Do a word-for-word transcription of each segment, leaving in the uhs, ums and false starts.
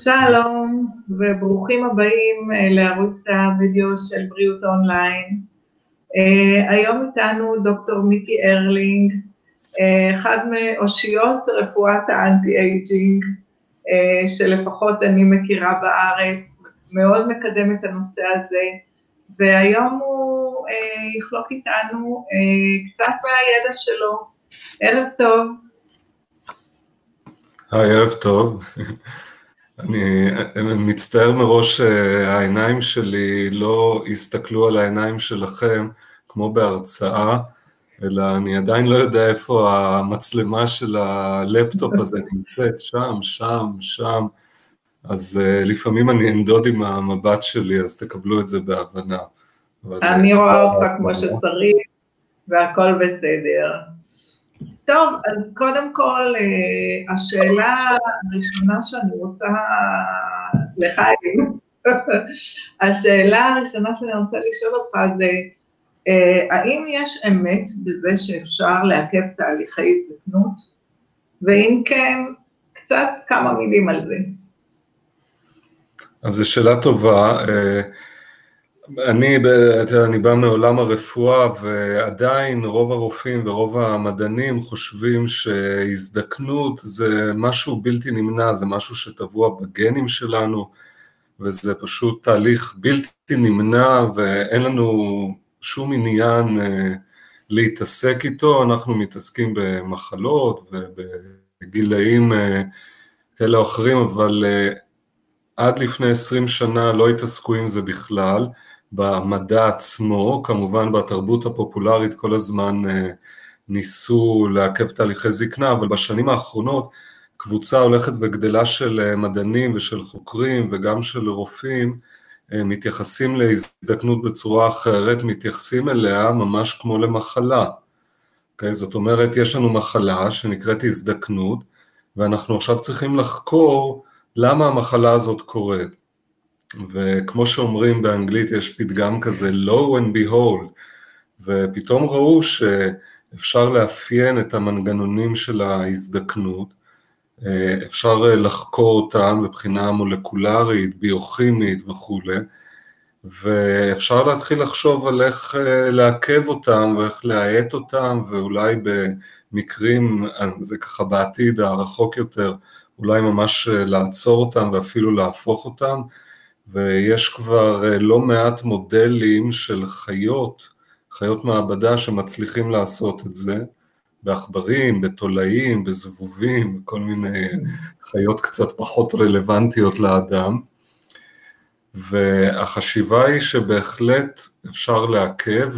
שלום וברוכים הבאים לערוץ הוידאו של בריאות אונליין. היום איתנו דוקטור מיקי ארלינג, אחד מאושיות רפואת האנטי-אייג'ינג שלפחות אני מכירה בארץ, מאוד מקדם את הנושא הזה, והיום הוא יחלוק איתנו קצת מהידע שלו. ערב טוב. היי, ערב טוב. אני מצטער מראש שהעיניים שלי לא הסתכלו על העיניים שלכם כמו בהרצאה, אלא אני עדיין לא יודע איפה המצלמה של הלפטופ הזה נמצאת, שם, שם, שם, אז לפעמים אני אנדוד עם המבט שלי, אז תקבלו את זה בהבנה. אני רואה אותך כמו שצריך, והכל בסדר. טוב, אז קודם כל, השאלה הראשונה שאני רוצה לחיים, השאלה הראשונה שאני רוצה לשאול אותך זה, האם יש אמת בזה שאפשר לעכב תהליכי הזדקנות? ואם כן, קצת כמה מילים על זה. אז זו שאלה טובה. אני, אני בא מעולם הרפואה, ועדיין רוב הרופאים ורוב המדענים חושבים שהזדקנות זה משהו בלתי נמנע, זה משהו שטבוע בגנים שלנו, וזה פשוט תהליך בלתי נמנע, ואין לנו שום עניין להתעסק איתו. אנחנו מתעסקים במחלות ובגילאים כאלה או אחרים, אבל עד לפני עשרים שנה לא התעסקו עם זה בכלל, במדע עצמו, כמובן בתרבות הפופולרית כל הזמן ניסו לעכב תהליכי זקנה, אבל בשנים האחרונות קבוצה הולכת וגדלה של מדענים ושל חוקרים וגם של רופאים, מתייחסים להזדקנות בצורה אחרת, מתייחסים אליה ממש כמו למחלה. Okay, זאת אומרת, יש לנו מחלה שנקראת הזדקנות, ואנחנו עכשיו צריכים לחקור למה המחלה הזאת קורית. וכמו שאומרים באנגלית, יש פתגם כזה, lo and behold, ופתאום ראו שאפשר לאפיין את המנגנונים של ההזדקנות, אפשר לחקור אותם מבחינה מולקולרית, ביוכימית וכו', ואפשר להתחיל לחשוב על איך לעכב אותם ואיך להאט אותם, ואולי במקרים, זה ככה בעתיד הרחוק יותר, אולי ממש לעצור אותם ואפילו להפוך אותם, ויש כבר לא מעט מודלים של חיות, חיות מעבדה שמצליחים לעשות את זה, בעכברים, בתולעים, בזבובים, כל מיני חיות קצת פחות רלוונטיות לאדם, והחשיבה היא שבהחלט אפשר לעכב,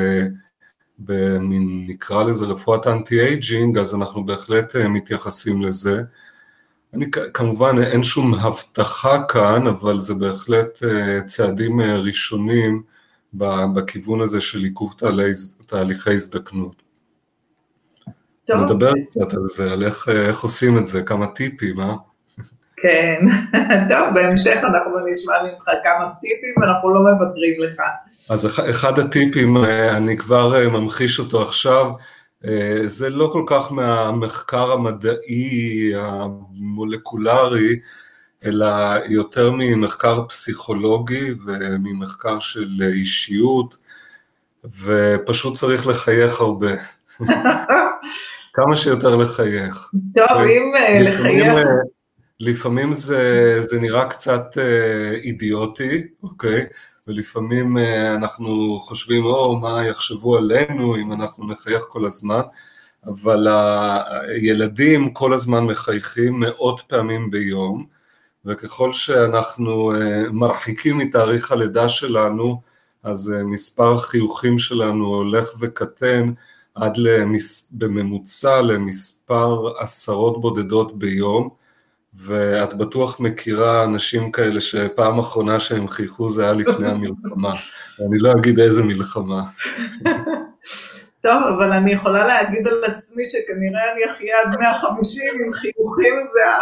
ונקרא לזה רפואת אנטי-אייג'ינג, אז אנחנו בהחלט מתייחסים לזה. אני, כמובן אין שום הבטחה כאן, אבל זה בהחלט צעדים ראשונים בכיוון הזה של עיכוב תהליכי הזדקנות. טוב. נדבר קצת על זה, על איך, איך עושים את זה, כמה טיפים, אה? כן, טוב, בהמשך אנחנו נשמע ממך כמה טיפים, ואנחנו לא מוותרים לך. אז אחד הטיפים, אני כבר ממחיש אותו עכשיו, זה לא כל כך מהמחקר המדעי, המולקולרי, אלא יותר ממחקר פסיכולוגי וממחקר של אישיות, ופשוט צריך לחייך הרבה. כמה שיותר לחייך. טוב, אם לחייך. לפעמים זה, זה נראה קצת אידיוטי, אוקיי? ולפעמים אנחנו חושבים, או, מה יחשבו עלינו אם אנחנו נחייך כל הזמן, אבל הילדים כל הזמן מחייכים מאות פעמים ביום, וככל שאנחנו מרחיקים מתאריך הלידה שלנו, אז מספר החיוכים שלנו הולך וקטן, עד למס... בממוצע למספר עשרות בודדות ביום, ואת בטוח מכירה אנשים כאלה שפעם אחרונה שהם חייכו זה היה לפני המלחמה, ואני לא אגיד איזה מלחמה. טוב, אבל אני יכולה להגיד על עצמי שכנראה אני אחיה עד מאה וחמישים עם חיוכים,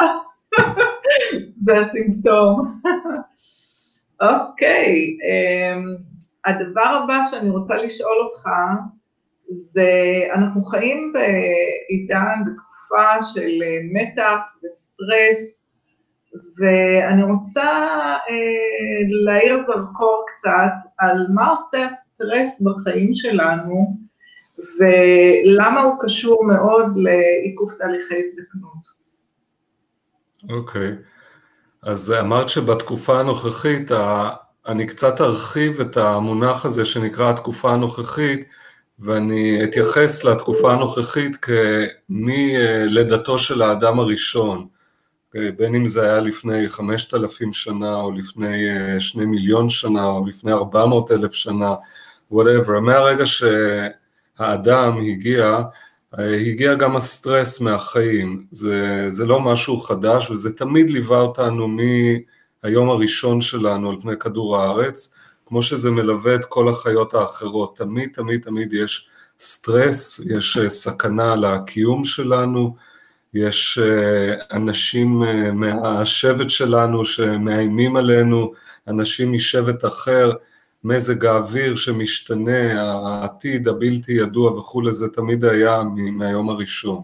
זה הסימפטום. אוקיי, הדבר הבא שאני רוצה לשאול אותך, זה אנחנו חיים בעידן, בתקופה של מתח וסטרס, ואני רוצה אה, להעיר זרקור קצת על מה עושה הסטרס בחיים שלנו, ולמה הוא קשור מאוד לעיכוב תהליכי הזדקנות. אוקיי, אז אמרת שבתקופה הנוכחית, אני קצת ארחיב את המונח הזה שנקרא התקופה הנוכחית, ואני אתייחס לתקופה הנוכחית כמלידתו של האדם הראשון, בין אם זה היה לפני חמשת אלפים שנה, או לפני שני מיליון שנה, או לפני ארבע מאות אלף שנה, whatever, מהרגע שהאדם הגיע, הגיע גם הסטרס מהחיים, זה, זה לא משהו חדש, וזה תמיד ליווה אותנו מהיום הראשון שלנו על פני כדור הארץ, כמו שזה מלווה את כל החיות האחרות, תמיד תמיד תמיד יש סטרס, יש סכנה לקיום שלנו, יש אנשים מהשבט שלנו שמאיימים עלינו, אנשים משבט אחר, מזג האוויר שמשתנה, העתיד הבלתי ידוע וכו', זה תמיד היה מהיום הראשון.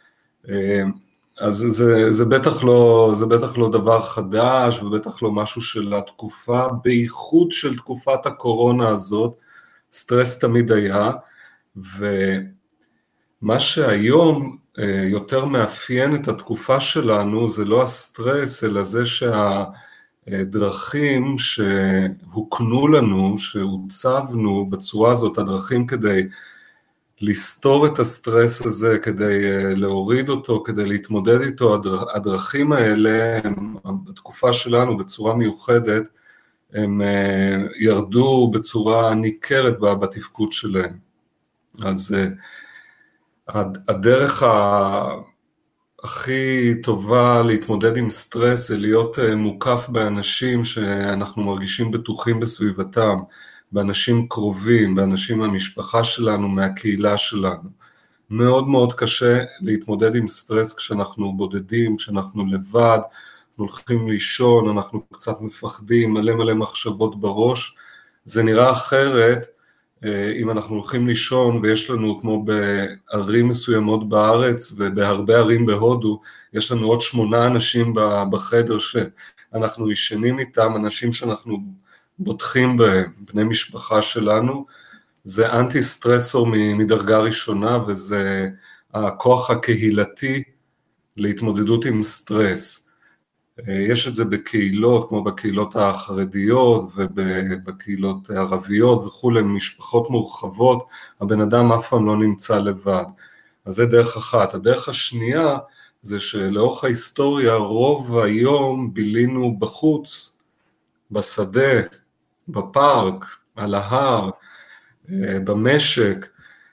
אז זה, זה, בטח לא, זה בטח לא דבר חדש, ובטח לא משהו של התקופה, בייחוד של תקופת הקורונה הזאת, סטרס תמיד היה, ומה שהיום יותר מאפיין את התקופה שלנו, זה לא הסטרס, אלא זה שהדרכים שהוקנו לנו, שהוצבנו בצורה הזאת, הדרכים כדי לסתור את הסטרס הזה, כדי להוריד אותו, כדי להתמודד איתו, הדרכים האלה, הם, בתקופה שלנו בצורה מיוחדת, הם ירדו בצורה ניכרת בתפקוד שלהם. אז הדרך הכי טובה להתמודד עם סטרס זה להיות מוקף באנשים שאנחנו מרגישים בטוחים בסביבתם, באנשים קרובים, באנשים מהמשפחה שלנו, מהקהילה שלנו. מאוד מאוד קשה להתמודד עם סטרס כשאנחנו בודדים, כשאנחנו לבד, אנחנו הולכים לישון, אנחנו קצת מפחדים, מלא מלא מחשבות בראש. זה נראה אחרת אם אנחנו הולכים לישון ויש לנו כמו בערים מסוימות בארץ ובהרבה ערים בהודו, יש לנו עוד שמונה אנשים בחדר שאנחנו ישנים איתם, אנשים שאנחנו בוטחים בהם, בני משפחה שלנו, זה אנטי סטרסור מדרגה ראשונה, וזה הכוח הקהילתי להתמודדות עם סטרס. יש את זה בקהילות, כמו בקהילות החרדיות ובקהילות הערביות וכו', משפחות מורחבות, הבן אדם אף פעם לא נמצא לבד. אז זה דרך אחת. הדרך השנייה זה שלאורך ההיסטוריה רוב היום בילינו בחוץ, בשדה, בפארק, על ההר, במשק,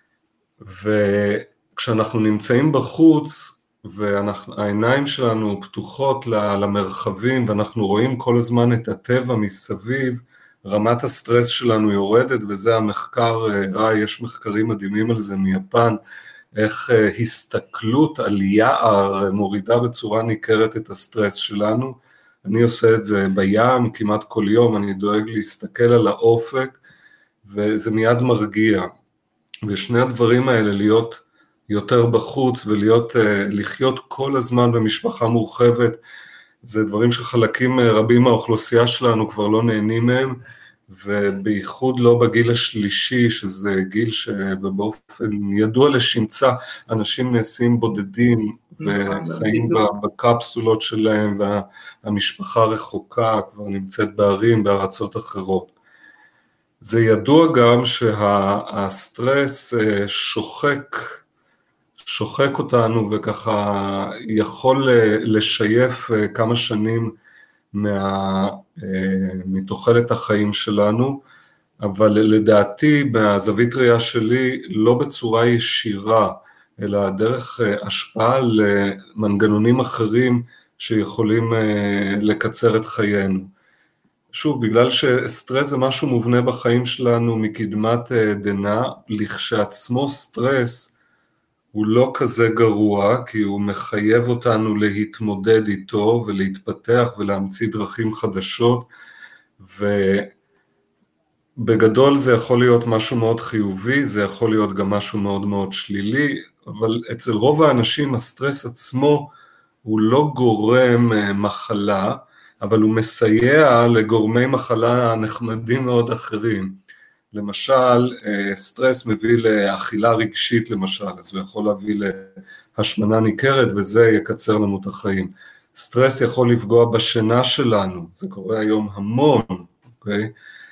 וכשאנחנו נמצאים בחוץ, והעיניים שלנו פתוחות למרחבים, ואנחנו רואים כל הזמן את הטבע מסביב, רמת הסטרס שלנו יורדת, וזה המחקר, יש מחקרים מדהימים על זה מיפן, איך הסתכלות על יער מורידה בצורה ניכרת את הסטרס שלנו. אני עושה את זה בים כמעט כל יום, אני דואג להסתכל על האופק, וזה מיד מרגיע. ושני הדברים האלה, להיות יותר בחוץ ולהיות, לחיות כל הזמן במשפחה מורחבת, זה דברים שחלקים רבים מהאוכלוסייה שלנו כבר לא נהנים מהם, ובייחוד לא בגיל השלישי, שזה גיל שבאופן ידוע לשמצה, אנשים נעשים בודדים וחיים בקפסולות שלהם, והמשפחה רחוקה, כבר נמצאת בערים, בארצות אחרות. זה ידוע גם שהסטרס שוחק, שוחק אותנו וככה יכול לשייף כמה שנים מה, מתוחלת החיים שלנו, אבל לדעתי מהזווית ראייה שלי לא בצורה ישירה, אלא דרך השפעה על מנגנונים אחרים שיכולים לקצר את חיינו. שוב, בגלל שסטרס זה משהו מובנה בחיים שלנו מקדמת דנא, לכשעצמו סטרס הוא לא כזה גרוע, כי הוא מחייב אותנו להתמודד איתו ולהתפתח ולהמציא דרכים חדשות, ובגדול זה יכול להיות משהו מאוד חיובי, זה יכול להיות גם משהו מאוד מאוד שלילי, אבל אצל רוב האנשים הסטרס עצמו הוא לא גורם מחלה, אבל הוא מסייע לגורמי מחלה נחמדים מאוד אחרים. למשל, סטרס מביא לאכילה רגשית למשל, אז הוא יכול להביא להשמנה ניכרת וזה יקצר לנו את החיים. סטרס יכול לפגוע בשינה שלנו, זה קורה היום המון, אוקיי?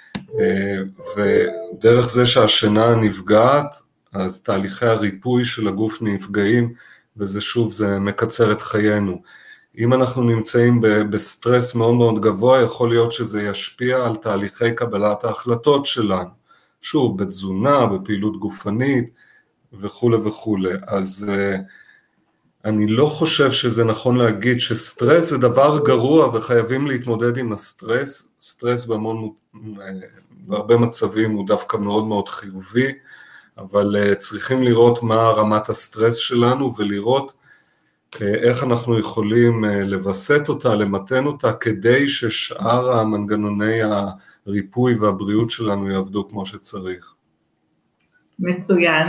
ודרך זה שהשינה נפגעת, אז תהליכי הריפוי של הגוף נפגעים, וזה שוב, זה מקצר את חיינו. אם אנחנו נמצאים בסטרס מאוד מאוד גבוה, יכול להיות שזה ישפיע על תהליכי קבלת ההחלטות שלנו. שוב, בתזונה, בפעילות גופנית וכו' וכו'. אז אני לא חושב שזה נכון להגיד שסטרס זה דבר גרוע וחייבים להתמודד עם הסטרס. סטרס בהמון, בהרבה מצבים הוא דווקא מאוד מאוד חיובי, אבל צריכים לראות מה רמת הסטרס שלנו ולראות איך אנחנו יכולים לבסט אותה, למתן אותה, כדי ששאר המנגנוני הריפוי והבריאות שלנו יעבדו כמו שצריך. מצוין.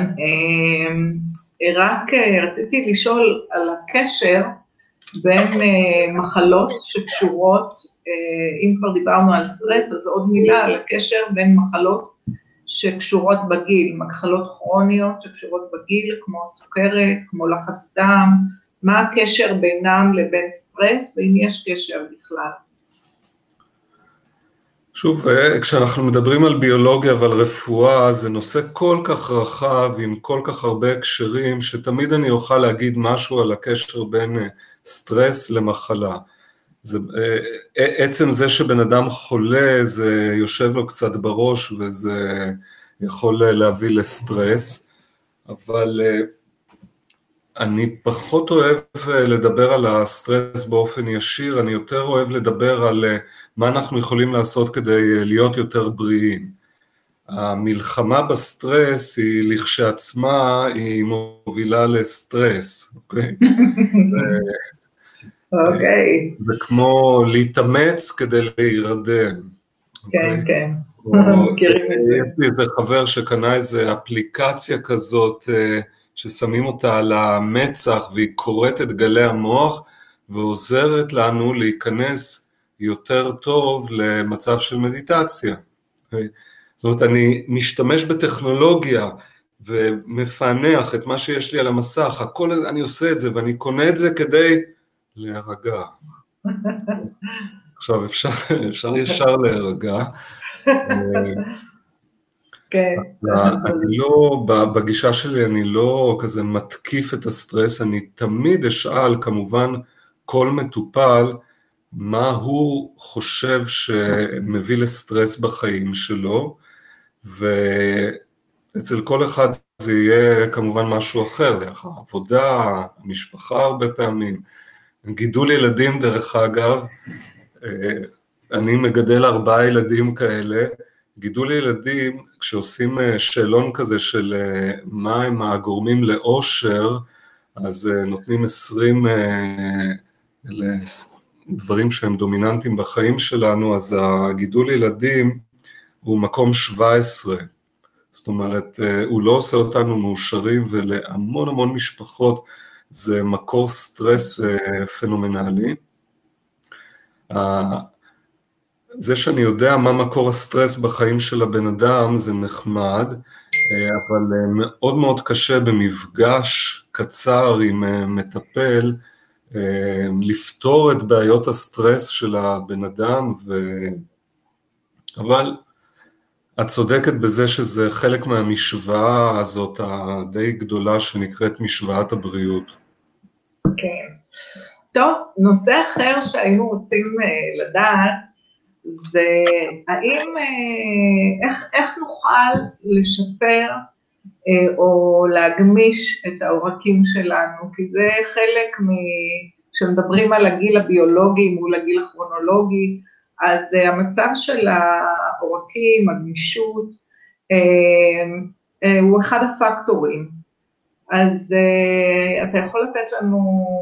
רק רציתי לשאול על הקשר בין מחלות שקשורות, אם כבר דיברנו על סטרס, אז עוד מילה על הקשר בין מחלות שקשורות בגיל, מחלות כרוניות שקשורות בגיל, כמו סוכרת, כמו לחץ דם, מה הקשר בינם לבין סטרס, ואם יש קשר בכלל? שוב, כשאנחנו מדברים על ביולוגיה ועל רפואה, זה נושא כל כך רחב, עם כל כך הרבה הקשרים, שתמיד אני אוכל להגיד משהו על הקשר בין סטרס למחלה. זה, עצם זה שבן אדם חולה, זה יושב לו קצת בראש, וזה יכול להביא לסטרס, אבל אני פחות אוהב לדבר על הסטרס באופן ישיר, אני יותר אוהב לדבר על מה אנחנו יכולים לעשות כדי להיות יותר בריאים. המלחמה בסטרס היא לכשעצמה, היא מובילה לסטרס, אוקיי? אוקיי. זה כמו להתאמץ כדי להירדם. כן, כן. יש לי איזה חבר שקנה איזה אפליקציה כזאת, ששמים אותה על המצח והיא קוראת את גלי המוח ועוזרת לנו להיכנס יותר טוב למצב של מדיטציה. זאת אומרת, אני משתמש בטכנולוגיה ומפענח את מה שיש לי על המסך, הכל אני עושה את זה ואני קונה את זה כדי להירגע. עכשיו אפשר, אפשר ישר להירגע. כן. אני לא, בגישה שלי אני לא כזה מתקיף את הסטרס, אני תמיד אשאל כמובן כל מטופל מה הוא חושב שמביא לסטרס בחיים שלו, ואצל כל אחד זה יהיה כמובן משהו אחר, זה עבודה, משפחה הרבה פעמים, גידול ילדים דרך אגב, אני מגדל ארבעה ילדים כאלה, גידול ילדים, כשעושים שאלון כזה של מה הם הגורמים לאושר, אז נותנים עשרים דברים שהם דומיננטיים בחיים שלנו, אז הגידול ילדים הוא מקום שבע עשרה, זאת אומרת, הוא לא עושה אותנו מאושרים, ולהמון המון משפחות זה מקור סטרס פנומנלי. זה שאני יודע מה מקור הסטרס בחיים של הבן אדם זה נחמד, אבל מאוד מאוד קשה במפגש קצר עם מטפל, לפתור את בעיות הסטרס של הבן אדם, ו... אבל את צודקת בזה שזה חלק מהמשוואה הזאת הדי גדולה שנקראת משוואת הבריאות. כן. טוב, נושא אחר שהיינו רוצים לדעת, זה האם, איך, איך נוכל לשפר או להגמיש את העורקים שלנו, כי זה חלק מ... כשמדברים על הגיל הביולוגי מול הגיל הכרונולוגי, אז המצב של העורקים, הגמישות, הוא אחד הפקטורים. אז אתה יכול לתת לנו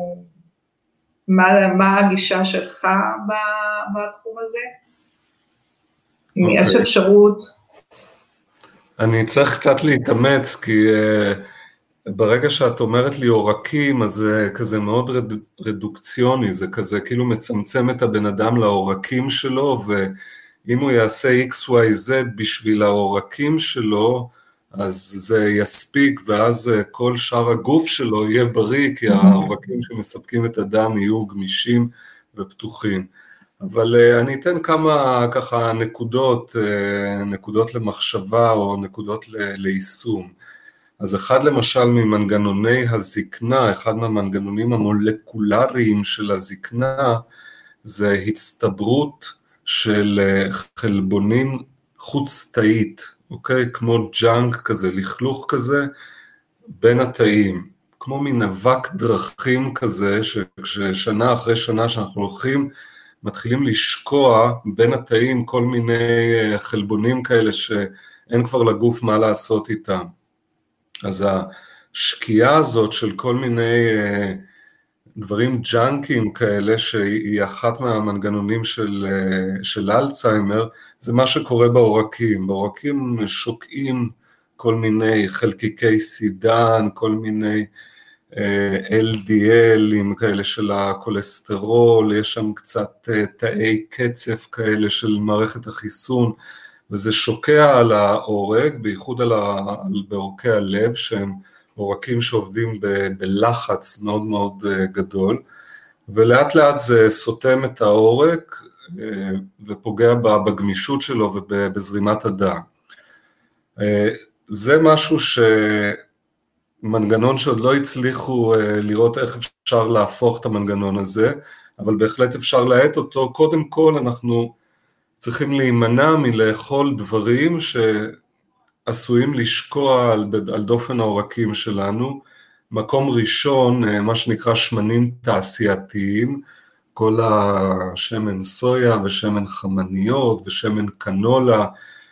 מה, מה הגישה שלך בתחום הזה? אם okay. יש אפשרות? אני צריך קצת להתאמץ, כי uh, ברגע שאת אומרת לי עורקים, אז זה כזה מאוד רד, רדוקציוני, זה כזה כאילו מצמצם את הבן אדם לעורקים שלו, ואם הוא יעשה אקס וואי זד בשביל העורקים שלו, אז זה יספיק, ואז כל שאר הגוף שלו יהיה בריא, כי העורקים שמספקים את הדם יהיו גמישים ופתוחים. אבל אני אתן כמה ככה נקודות, נקודות למחשבה או נקודות ליישום. אז אחד למשל ממנגנוני הזקנה, אחד מהמנגנונים המולקולריים של הזקנה, זה הצטברות של חלבונים חוץ תאית, אוקיי? כמו ג'אנק כזה, לכלוך כזה, בין התאים, כמו מין אבק דרכים כזה, ששנה אחרי שנה שאנחנו הולכים, מתחילים לשקוע בין התאים כל מיני חלבונים כאלה, שאין כבר לגוף מה לעשות איתם. אז השקיעה הזאת של כל מיני דברים ג'אנקים כאלה, שהיא אחת מהמנגנונים של, של אלצהיימר, זה מה שקורה בעורקים. בעורקים שוקעים כל מיני חלקיקי סידן, כל מיני אל די אל'ים כאלה של הכולסטרול, יש שם קצת תאי קצף כאלה של מערכת החיסון, וזה שוקע על העורק, בייחוד על ה... בעורקי הלב, שהם עורקים שעובדים ב... בלחץ מאוד מאוד גדול, ולאט לאט זה סותם את העורק, ופוגע בגמישות שלו ובזרימת הדם. זה משהו ש... מנגנון שעוד לא הצליחו לראות איך אפשר להפוך את המנגנון הזה, אבל בהחלט אפשר להאט אותו. קודם כל אנחנו צריכים להימנע מלאכול דברים שעשויים לשקוע על, על דופן העורקים שלנו. מקום ראשון, מה שנקרא שמנים תעשייתיים, כל השמן סויה ושמן חמניות ושמן קנולה,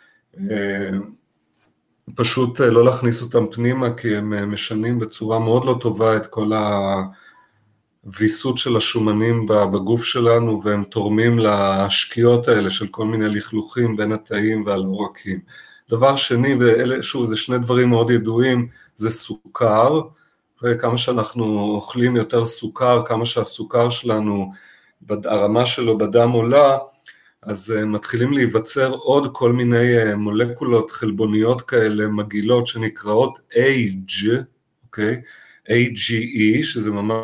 פשוט לא להכניס אותם פנימה, כי הם משנים בצורה מאוד לא טובה את כל הוויסות של השומנים בגוף שלנו, והם תורמים לשקיעות האלה של כל מיני לכלוכים בין התאים ועל העורקים. דבר שני, ואלה, שוב, זה שני דברים מאוד ידועים, זה סוכר, וכמה שאנחנו אוכלים יותר סוכר, כמה שהסוכר שלנו, הרמה שלו בדם עולה, אז מתחילים להיווצר עוד כל מיני מולקולות חלבוניות כאלה מגעילות שנקראות אייג', אוקיי? איי ג'י אי, שזה ממש...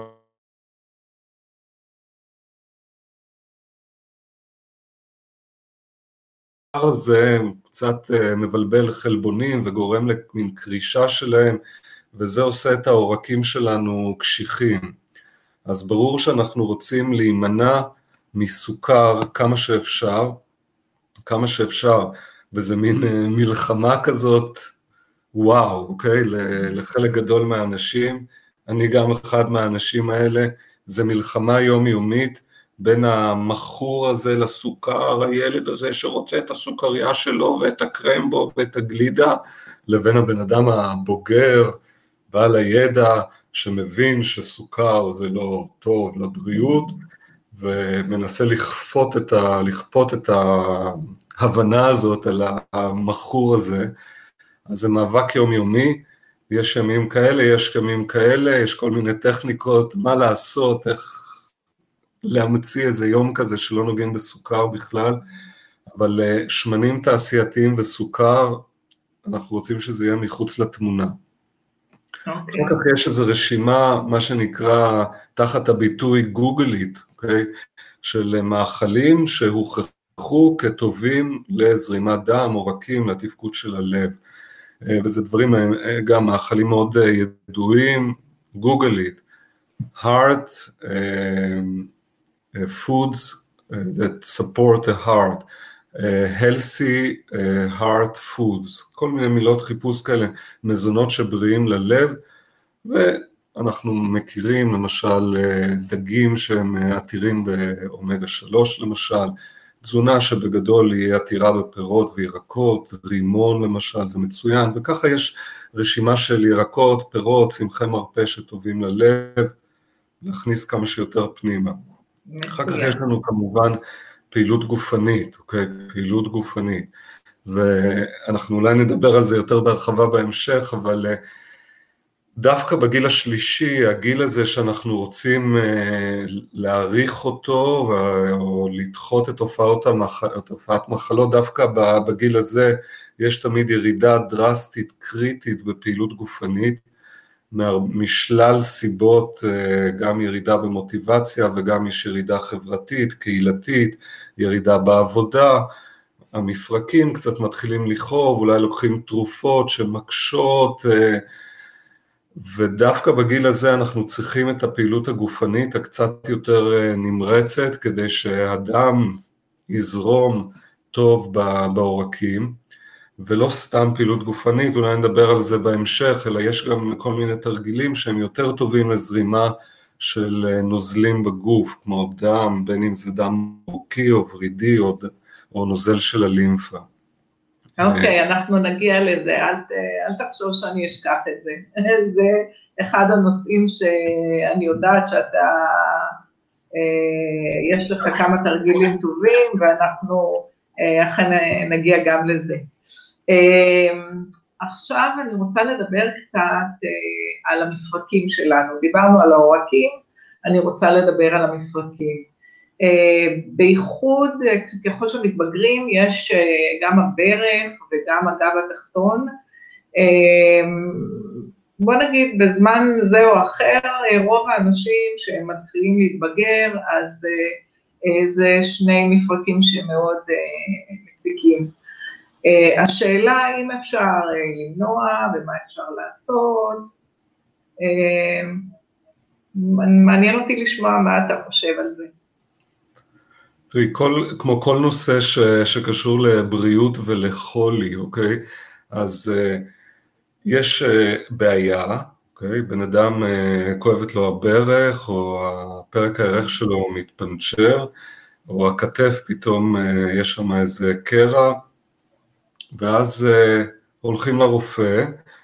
זה קצת מבלבל חלבונים וגורם למין קרישה שלהם, וזה עושה את העורקים שלנו קשיחים. אז ברור שאנחנו רוצים להימנע מסוכר כמה שאפשר, כמה שאפשר, וזה מין מלחמה כזאת, וואו, אוקיי, לחלק גדול מהאנשים, אני גם אחד מהאנשים האלה, זה מלחמה יומיומית, בין המחור הזה לסוכר, הילד הזה שרוצה את הסוכריה שלו, ואת הקרמבו ואת הגלידה, לבין הבן אדם הבוגר, בעל הידע, שמבין שסוכר זה לא טוב לבריאות, ומנסה לכפות את ה, לכפות את ההבנה הזאת על המחור הזה. אז זה מאבק יומיומי, יש ימים כאלה, יש ימים כאלה, יש כל מיני טכניקות, מה לעשות, איך להמציא איזה יום כזה שלא נוגעים בסוכר בכלל, אבל שמנים תעשייתיים וסוכר, אנחנו רוצים שזה יהיה מחוץ לתמונה. אחר כך יש איזו רשימה, מה שנקרא, תחת הביטוי גוגלית, אוקיי? של מאכלים שהוכחו כטובים לזרימת דם, עורקים, לתפקוד של הלב. וזה דברים, גם מאכלים מאוד ידועים, גוגלית, heart, uh, foods that support the heart, uh, healthy uh, heart foods, כל מיני מילות חיפוש כאלה, מזונות שבריאים ללב, ואנחנו מכירים למשל דגים שהם עתירים באומגה שלוש למשל, תזונה שבגדול היא עתירה בפירות וירקות, רימון למשל, זה מצוין, וככה יש רשימה של ירקות, פירות, צמחי מרפא שטובים ללב, להכניס כמה שיותר פנימה. אחר כך יש לנו כמובן פעילות גופנית, אוקיי? פעילות גופנית, ואנחנו אולי נדבר על זה יותר בהרחבה בהמשך, אבל דווקא בגיל השלישי, הגיל הזה שאנחנו רוצים להעריך אותו, או לדחות את תופעות המח... תופעת מחלות, דווקא בגיל הזה יש תמיד ירידה דרסטית, קריטית בפעילות גופנית, משלל סיבות, גם ירידה במוטיבציה וגם יש ירידה חברתית, קהילתית, ירידה בעבודה, המפרקים קצת מתחילים לכאוב, אולי לוקחים תרופות שמקשות, ודווקא בגיל הזה אנחנו צריכים את הפעילות הגופנית הקצת יותר נמרצת, כדי שהדם יזרום טוב בעורקים, ולא סתם פעילות גופנית, אולי נדבר על זה בהמשך, אלא יש גם כל מיני תרגילים שהם יותר טובים לזרימה של נוזלים בגוף, כמו דם, בין אם זה דם עורקי או ורידי או, או נוזל של הלימפה. אוקיי, אנחנו נגיע לזה, אל, אל תחשוב שאני אשכח את זה. זה אחד הנושאים שאני יודעת שאתה, יש לך כמה תרגילים טובים, ואנחנו אכן נגיע גם לזה. עכשיו אני רוצה לדבר קצת על המפרקים שלנו, דיברנו על העורקים, אני רוצה לדבר על המפרקים. בייחוד ככל שמתבגרים יש גם הברך וגם הגב התחתון, בוא נגיד בזמן זה או אחר, רוב האנשים שהם מתחילים להתבגר, אז זה שני מפרקים שמאוד מציקים. השאלה האם אפשר למנוע ומה אפשר לעשות, מעניין אותי לשמוע מה אתה חושב על זה. תראי, כל, כמו כל נושא ש, שקשור לבריאות ולחולי, אוקיי? אז uh, יש uh, בעיה, אוקיי? בן אדם uh, כואבת לו הברך, או הפרק הערך שלו מתפנצ'ר, או הכתף פתאום uh, יש שם איזה קרע, ואז uh, הולכים לרופא,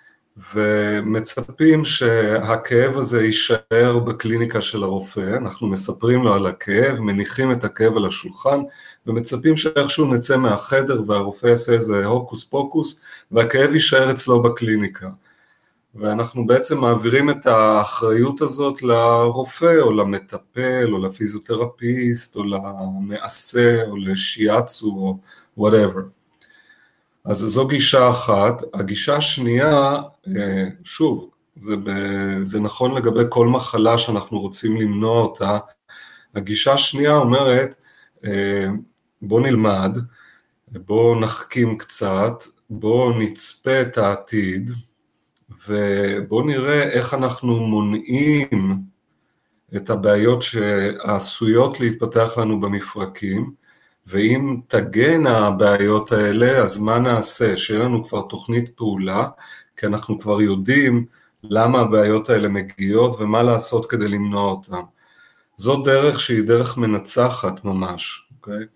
ומצפים שהכאב הזה יישאר בקליניקה של הרופא, אנחנו מספרים לו על הכאב, מניחים את הכאב על השולחן, ומצפים שאיכשהו נצא מהחדר והרופא יעשה איזה הוקוס פוקוס, והכאב יישאר אצלו בקליניקה. ואנחנו בעצם מעבירים את האחריות הזאת לרופא, או למטפל, או לפיזיותרפיסט, או למעשה, או לשיאצו, או whatever. אז זו גישה אחת. הגישה השנייה, שוב, זה, זה נכון לגבי כל מחלה שאנחנו רוצים למנוע אותה, הגישה השנייה אומרת, בוא נלמד, בוא נחכים קצת, בוא נצפה את העתיד, ובוא נראה איך אנחנו מונעים את הבעיות שעשויות להתפתח לנו במפרקים, ואם תגן הבעיות האלה, אז מה נעשה? שיהיה לנו כבר תוכנית פעולה, כי אנחנו כבר יודעים למה הבעיות האלה מגיעות, ומה לעשות כדי למנוע אותן. זו דרך שהיא דרך מנצחת ממש, אוקיי?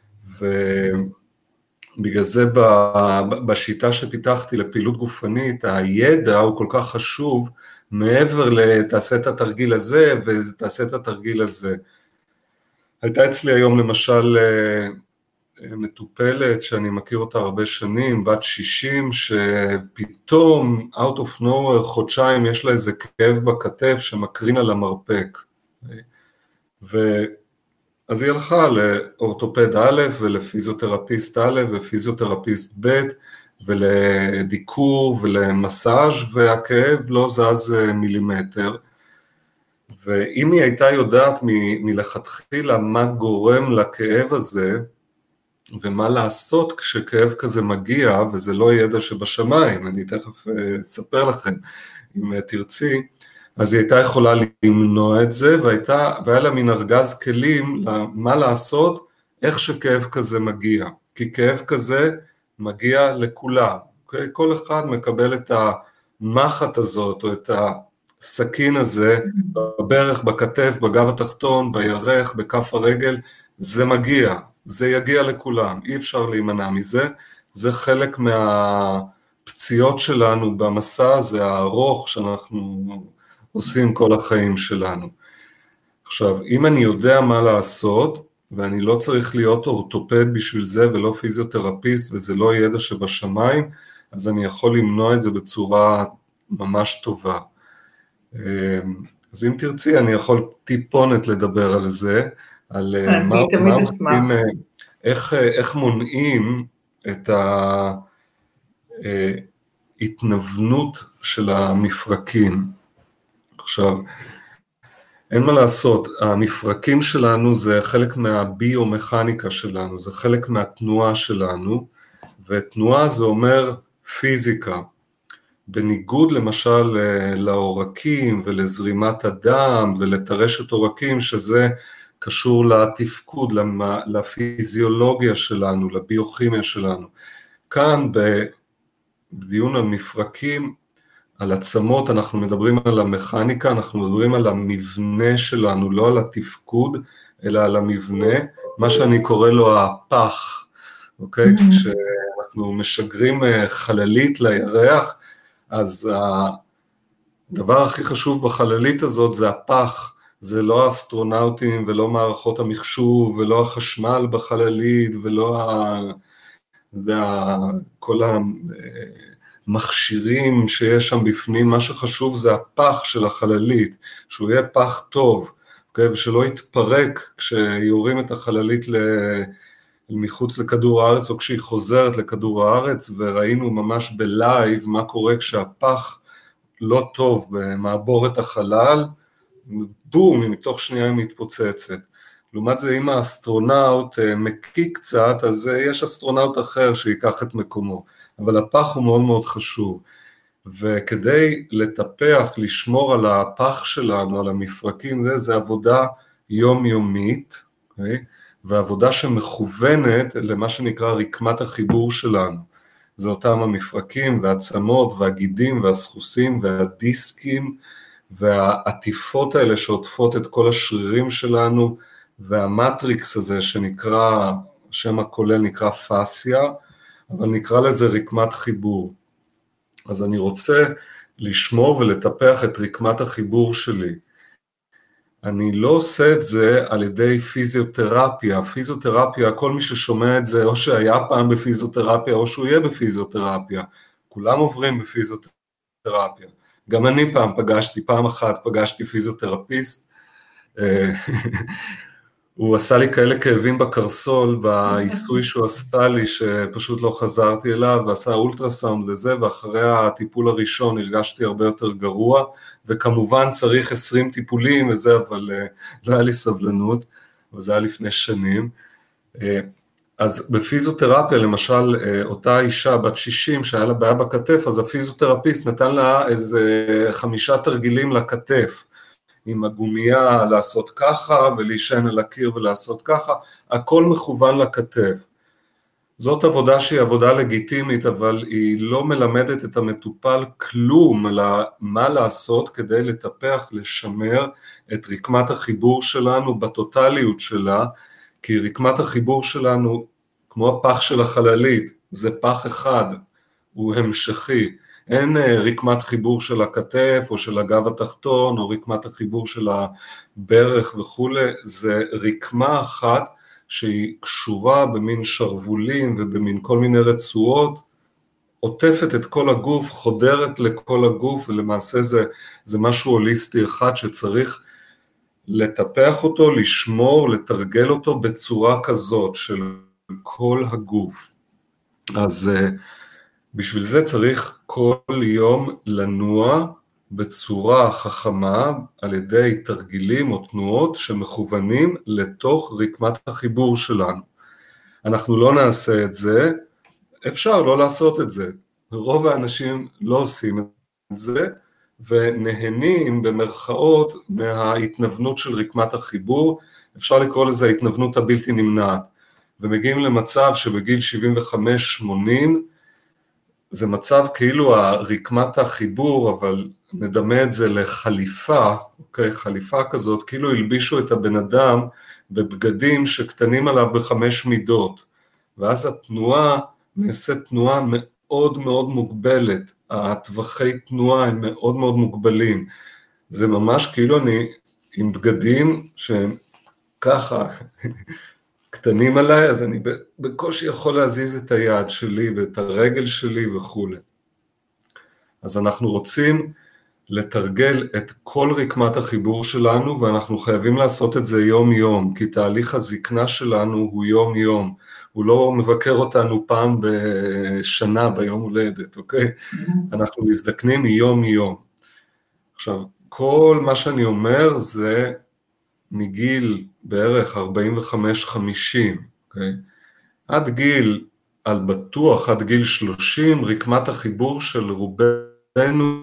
ובגלל זה בשיטה שפיתחתי לפעילות גופנית, הידע הוא כל כך חשוב, מעבר לתעשה את התרגיל הזה, ותעשה את התרגיל הזה. הייתה אצלי היום למשל מטופלת שאני מכיר אותה הרבה שנים, בת שישים, שפתאום out of nowhere חודשיים יש לה איזה כאב בכתף שמקרין על המרפק. ואז היא הלכה לאורתופד א' ולפיזיותרפיסט א' ופיזיותרפיסט ב' ולדיקור ולמסאז' והכאב לא זז מילימטר. ואם היא הייתה יודעת מ- מלכתחילה מה גורם לכאב הזה, ומה לעשות כשכאב כזה מגיע, וזה לא ידע שבשמיים, אני תכף אספר לכם אם תרצי, אז היא הייתה יכולה למנוע את זה, והייתה, והיה לה מין ארגז כלים מה לעשות, איך שכאב כזה מגיע, כי כאב כזה מגיע לכולם, אוקיי? כל אחד מקבל את המחט הזאת, או את ה... סכין הזה, בברך, בכתף, בגב התחתון, בירך, בכף הרגל, זה מגיע, זה יגיע לכולם, אי אפשר להימנע מזה, זה חלק מהפציעות שלנו במסע הזה הארוך שאנחנו עושים כל החיים שלנו. עכשיו, אם אני יודע מה לעשות, ואני לא צריך להיות אורתופד בשביל זה ולא פיזיותרפיסט, וזה לא ידע שבשמיים, אז אני יכול למנוע את זה בצורה ממש טובה. אז אם תרצי, אני יכול טיפונת לדבר על זה, על מה, אני תמיד אשמח. איך, איך מונעים את ההתנוונות של המפרקים. עכשיו, אין מה לעשות, המפרקים שלנו זה חלק מהביומכניקה שלנו, זה חלק מהתנועה שלנו, ותנועה זה אומר פיזיקה. בניגוד למשל לעורקים ולזרימת הדם ולטרשת עורקים, שזה קשור לתפקוד, לפיזיולוגיה שלנו, לביוכימיה שלנו. כאן בדיון על מפרקים, על עצמות, אנחנו מדברים על המכניקה, אנחנו מדברים על המבנה שלנו, לא על התפקוד, אלא על המבנה, מה שאני קורא לו הפח, אוקיי? Mm-hmm. כשאנחנו משגרים חללית לירח, אז הדבר הכי חשוב בחללית הזאת זה הפח, זה לא האסטרונאוטים ולא מערכות המחשוב ולא החשמל בחללית ולא ה... ה... כל המכשירים שיש שם בפנים, מה שחשוב זה הפח של החללית, שהוא יהיה פח טוב, okay? ושלא יתפרק כשיורים את החללית ל... מחוץ לכדור הארץ או כשהיא חוזרת לכדור הארץ, וראינו ממש בלייב מה קורה כשהפח לא טוב במעבורת החלל, בום, מתוך שנייה היא מתפוצצת. לעומת זה, אם האסטרונאוט מקיא קצת, אז יש אסטרונאוט אחר שיקח את מקומו, אבל הפח הוא מאוד מאוד חשוב, וכדי לטפח, לשמור על הפח שלנו, על המפרקים, זה, זה עבודה יומיומית, אוקיי? ועבודה שמכוונת למה שנקרא רקמת החיבור שלנו, זה אותם המפרקים והעצמות והגידים והסחוסים והדיסקים והעטיפות האלה שעוטפות את כל השרירים שלנו, והמטריקס הזה שנקרא, השם הכולל נקרא פסיה, אבל נקרא לזה רקמת חיבור. אז אני רוצה לשמור ולטפח את רקמת החיבור שלי. אני לא עושה את זה על ידי פיזיותרפיה, פיזיותרפיה, כל מי ששומע את זה, או שהיה פעם בפיזיותרפיה, או שהוא יהיה בפיזיותרפיה, כולם עוברים בפיזיותרפיה. גם אני פעם פגשתי, פעם אחת פגשתי פיזיותרפיסט, הוא עשה לי כאלה כאבים בקרסול, בעיסוי שהוא עשה לי, שפשוט לא חזרתי אליו, ועשה אולטרסאונד וזה, ואחרי הטיפול הראשון הרגשתי הרבה יותר גרוע, וכמובן צריך עשרים טיפולים וזה, אבל לא היה לי סבלנות, וזה היה לפני שנים. אז בפיזיותרפיה, למשל, אותה אישה בת שישים שהיה לה בעיה בכתף, אז הפיזיותרפיסט נתן לה איזה חמישה תרגילים לכתף, עם הגומיה לעשות ככה, ולהישן על הקיר ולעשות ככה, הכל מכוון לכתף. זאת עבודה שהיא עבודה לגיטימית, אבל היא לא מלמדת את המטופל כלום, אלא מה לעשות כדי לטפח, לשמר את רקמת החיבור שלנו בטוטליות שלה, כי רקמת החיבור שלנו, כמו הפח של החללית, זה פח אחד, הוא המשכי, אין רקמת חיבור של הכתף או של הגב התחתון או רקמת החיבור של הברך וכו', זה רקמה אחת שהיא קשורה במין שרבולים ובמין כל מיני רצועות, עוטפת את כל הגוף, חודרת לכל הגוף, ולמעשה זה, זה משהו הוליסטי אחד שצריך לטפח אותו, לשמור, לתרגל אותו בצורה כזאת של כל הגוף. אז בשביל זה צריך כל יום לנוע בצורה חכמה על ידי תרגילים או תנועות שמכוונים לתוך רקמת החיבור שלנו. אנחנו לא נעשה את זה, אפשר לא לעשות את זה. רוב האנשים לא עושים את זה ונהנים במרכאות מההתנוונות של רקמת החיבור, אפשר לקרוא לזה ההתנוונות הבלתי נמנעת, ומגיעים למצב שבגיל שבעים וחמש שמונים, זה מצב כאילו רקמת החיבור, אבל נדמה את זה לחליפה, אוקיי, חליפה כזאת, כאילו הלבישו את הבן אדם בבגדים שקטנים עליו בחמש מידות, ואז התנועה נעשית תנועה מאוד מאוד מוגבלת, הטווחי תנועה הם מאוד מאוד מוגבלים, זה ממש כאילו אני עם בגדים שהם ככה, קטנים עליי, אז אני בקושי יכול להזיז את היד שלי ואת הרגל שלי וכו'. אז אנחנו רוצים לתרגל את כל רקמת החיבור שלנו, ואנחנו חייבים לעשות את זה יום יום, כי תהליך הזקנה שלנו הוא יום יום, הוא לא מבקר אותנו פעם בשנה ביום הולדת, אוקיי? אנחנו מזדקנים יום יום. עכשיו, כל מה שאני אומר זה מגיל בערך ארבעים וחמש חמישים, אוקיי? עד גיל, על בטוח עד גיל שלושים, רקמת החיבור של רובנו,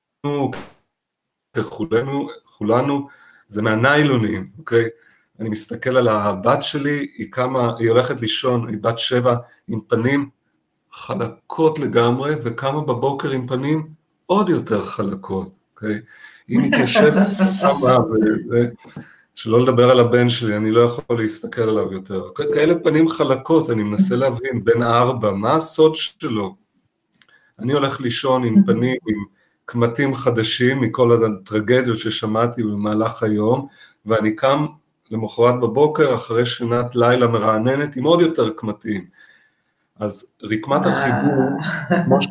ככולנו, כולנו, זה מהניילונים, אוקיי? אני מסתכל על הבת שלי, היא קמה, היא הולכת לישון, היא בת שבע, עם פנים חלקות לגמרי, וקמה בבוקר עם פנים עוד יותר חלקות, אוקיי? היא מתיישבת כמה, שלא לדבר על הבן שלי, אני לא יכול להסתכל עליו יותר. כאלה פנים חלקות, אני מנסה להבין, בן ארבע, מה הסוד שלו? אני הולך לישון עם פנים, עם קמטים חדשים, מכל הטרגדיות ששמעתי במהלך היום, ואני קם למחרת בבוקר, אחרי שינת לילה מרעננת, עם עוד יותר קמטים. אז רקמת החיבור, כמו ש...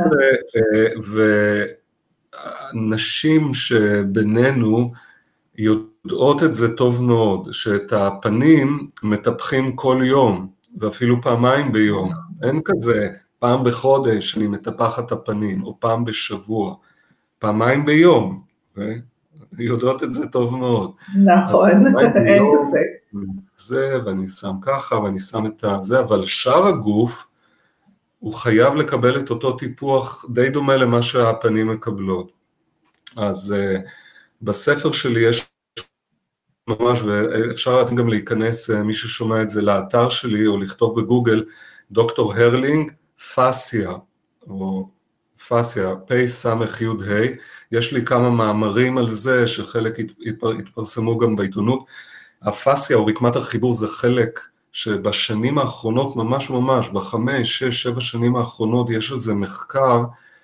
ונשים שבינינו, יודעות את זה טוב מאוד, שאת הפנים מטפחים כל יום, ואפילו פעמיים ביום. אין כזה פעם בחודש אני מטפח את הפנים, או פעם בשבוע, פעמיים ביום. יודעות את זה טוב מאוד. נכון, אין ספק. זה, ואני שם ככה, ואני שם את זה, אבל שאר הגוף, הוא חייב לקבל את אותו טיפוח די דומה למה שהפנים מקבלות. אז בספר שלי יש ממש, ואפשר גם להיכנס, מי ששומע את זה לאתר שלי, או לכתוב בגוגל, דוקטור הרלינג, פאסיה, או פאסיה, פי סמך יוד הי, יש לי כמה מאמרים על זה, שחלק התפרסמו גם בעיתונות. הפאסיה, או רקמת החיבור, זה חלק שבשנים האחרונות, ממש ממש, בחמש, שש, שבע שנים האחרונות, יש על זה מחקר,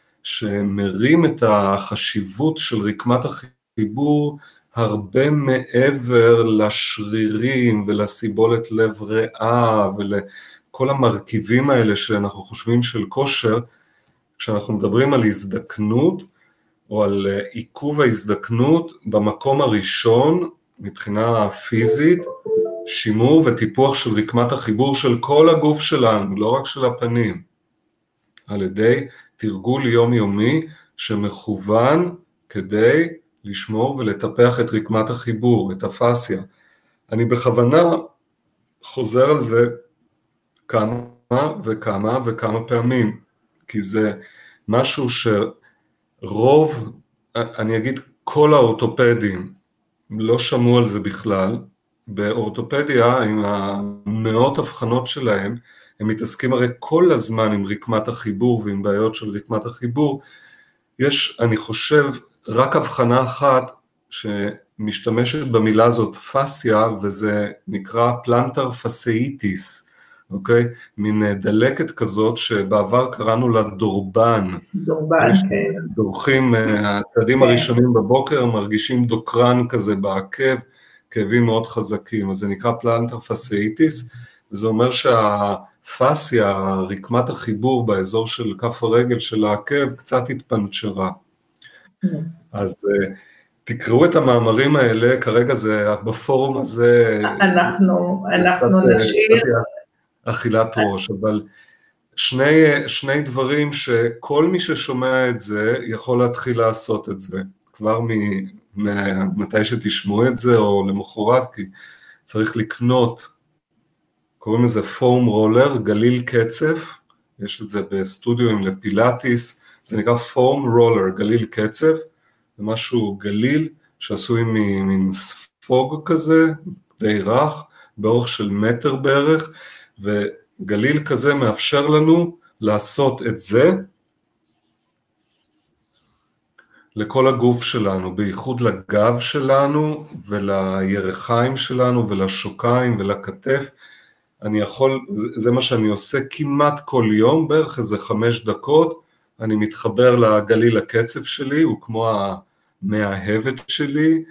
שמרים את החשיבות של רקמת החיבור, הרבה מעבר לשרירים ולסיבולת לב ריאה ולכל המרכיבים האלה שאנחנו חושבים של כושר, כשאנחנו מדברים על הזדקנות או על עיכוב ההזדקנות, במקום הראשון מבחינה פיזית, שימור וטיפוח של רקמת החיבור של כל הגוף שלנו, לא רק של הפנים, על ידי תרגול יומיומי שמכוון כדי לשמור ולטפח את רקמת החיבור, את הפאסיה. אני בכוונה חוזר על זה כמה וכמה וכמה פעמים, כי זה משהו שרוב, אני אגיד כל האורתופדים לא שמעו על זה בכלל, באורתופדיה עם המאות הבחנות שלהם, הם מתעסקים הרי כל הזמן עם רקמת החיבור ועם בעיות של רקמת החיבור, יש אני חושב רק הבחנה אחת שמשתמשת במילה הזאת פאסיה, וזה נקרא פלנטר פאסאיטיס, אוקיי? מין דלקת כזאת שבעבר קראנו לה דורבן. דורבן, כן. דורכים, הצעדים הראשונים בבוקר מרגישים דוקרן כזה בעקב, כאבים מאוד חזקים, אז זה נקרא פלנטר פאסאיטיס, וזה אומר שהפאסיה, רקמת החיבור באזור של כף הרגל של העקב, קצת התפנצ'רה. אז תקראו את המאמרים האלה, כרגע זה בפורום הזה, אנחנו, אנחנו נשאיר, אכילת ראש, אבל שני, שני דברים שכל מי ששומע את זה, יכול להתחיל לעשות את זה, כבר מתי שתשמעו את זה, או למחרת, כי צריך לקנות, קוראים לזה פורם רולר, גליל קצף, יש את זה בסטודיו לפילאטיס, זה נקרא פורם רולר, גליל קצף, זה משהו גליל שעשוי ממין ספוג כזה, די רך, באורך של מטר בערך, וגליל כזה מאפשר לנו לעשות את זה לכל הגוף שלנו, בייחוד לגב שלנו ולירכיים שלנו ולשוקיים ולכתף. אני יכול, זה מה שאני עושה כמעט כל יום, בערך איזה חמש דקות, אני מתחבר לגליל הקצף שלי, הוא כמו המאהבת שלי,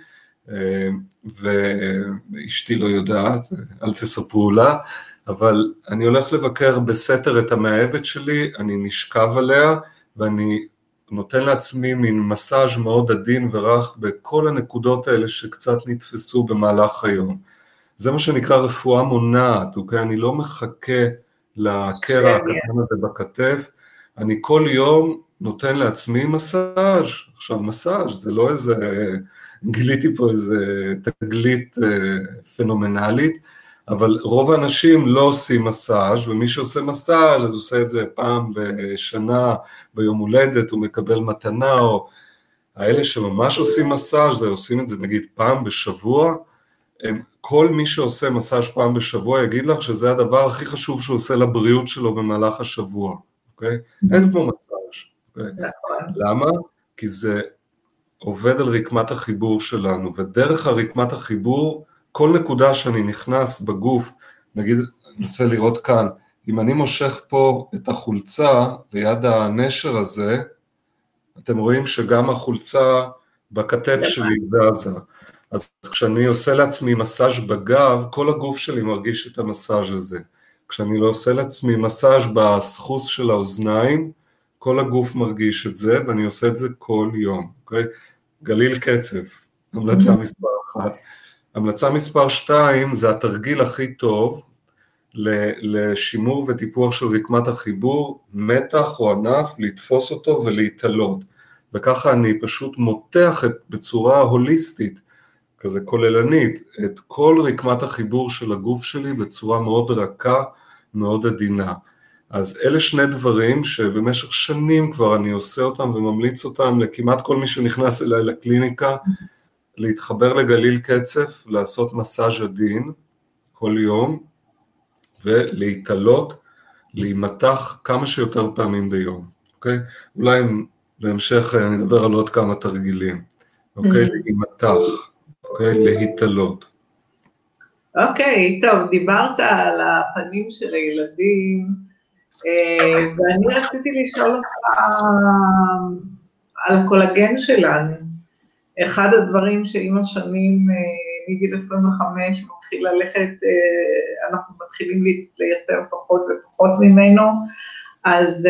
ואשתי לא יודעת, אל תספרו לה, אבל אני הולך לבקר בסתר את המאהבת שלי, אני נשכב עליה, ואני נותן לעצמי מין מסאז' מאוד עדין ורך בכל הנקודות האלה שקצת נתפסו במהלך היום. זה מה שנקרא רפואה מונעת, אוקיי? אני לא מחכה לקרע הקטן הזה בכתף, אני כל יום נותן לעצמי מסאז'. עכשיו מסאז' זה לא איזה, גיליתי פה איזה תגלית פנומנלית, אבל רוב האנשים לא עושים מסאז', ומי שעושה מסאז' אז עושה את זה פעם בשנה, ביום הולדת, הוא מקבל מתנה, או האלה שממש עושים מסאז' זה עושים את זה נגיד פעם בשבוע, הם, כל מי שעושה מסאז' פעם בשבוע יגיד לך שזה הדבר הכי חשוב שהוא עושה לבריאות שלו במהלך השבוע, אוקיי? אין כמו מסאז', אוקיי? נכון. למה? כי זה עובד על רקמת החיבור שלנו, ודרך הרקמת החיבור, כל נקודה שאני נכנס בגוף, נגיד, ננסה לראות כאן, אם אני מושך פה את החולצה ליד הנשר הזה, אתם רואים שגם החולצה בכתף שלי זזה. אז כשאני עושה לעצמי מסאז' בגב, כל הגוף שלי מרגיש את המסאז' הזה. כשאני לא עושה לעצמי מסאז' בסחוס של האוזניים, כל הגוף מרגיש את זה, ואני עושה את זה כל יום, אוקיי? גליל קצף, המלצה מספר אחת. המלצה מספר שתיים זה התרגיל הכי טוב לשימור וטיפוח של רקמת החיבור, מתח או ענף, לתפוס אותו ולהתעלות. וככה אני פשוט מותח את, בצורה הוליסטית, כזה כוללנית, את כל רקמת החיבור של הגוף שלי בצורה מאוד רכה, מאוד עדינה. אז אלה שני דברים שבמשך שנים כבר אני עושה אותם וממליץ אותם לכמעט כל מי שנכנס אליי לקליניקה, להתחבר לגליל קצף, לעשות מסאז' עדין כל יום, ולהתעלות, להימתח כמה שיותר פעמים ביום, אוקיי? אולי בהמשך אני אדבר על עוד כמה תרגילים, אוקיי? להימתח, אוקיי? להתעלות. אוקיי, טוב, דיברת על הפנים של הילדים, ואני רציתי לשאול אותך על הקולגן שלנו. אחד הדברים שעם השנים, מגיל עשרים וחמש, מתחיל ללכת, אנחנו מתחילים לייצר פחות ופחות ממנו, אז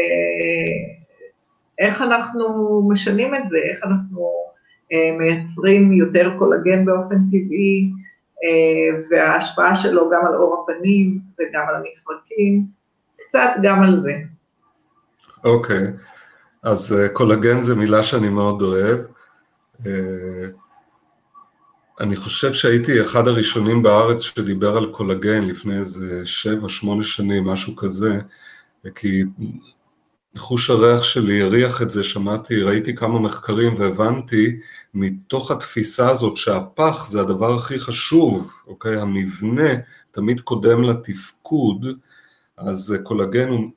איך אנחנו משנים את זה? איך אנחנו מייצרים יותר קולגן באופן טבעי, וההשפעה שלו גם על עור הפנים וגם על המפרקים, קצת גם על זה. אוקיי, אז קולגן זה מילה שאני מאוד אוהב, אני חושב שהייתי אחד הראשונים בארץ שדיבר על קולגן לפני איזה שבע, שמונה שנים, משהו כזה, כי חוש הריח שלי הריח את זה, שמעתי, ראיתי כמה מחקרים והבנתי מתוך התפיסה הזאת שהפח זה הדבר הכי חשוב, אוקיי? המבנה תמיד קודם לתפקוד, אז קולגן הוא,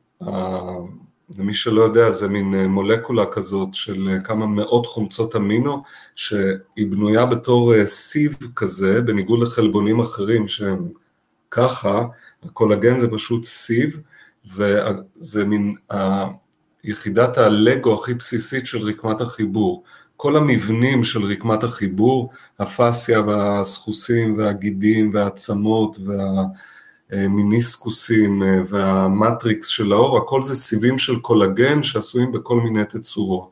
למי שלא יודע, זה מין מולקולה כזאת של כמה מאות חומצות אמינו, שהיא בנויה בתור סיב כזה, בניגוד לחלבונים אחרים שהם ככה, הקולגן זה פשוט סיב, וזה מין יחידת הלגו הכי בסיסית של רקמת החיבור. כל המבנים של רקמת החיבור, הפסיה והסחוסים והגידים והעצמות והמיניסקוסים והמטריקס של האור, הכל זה סיבים של קולגן שעשויים בכל מיני תצורות.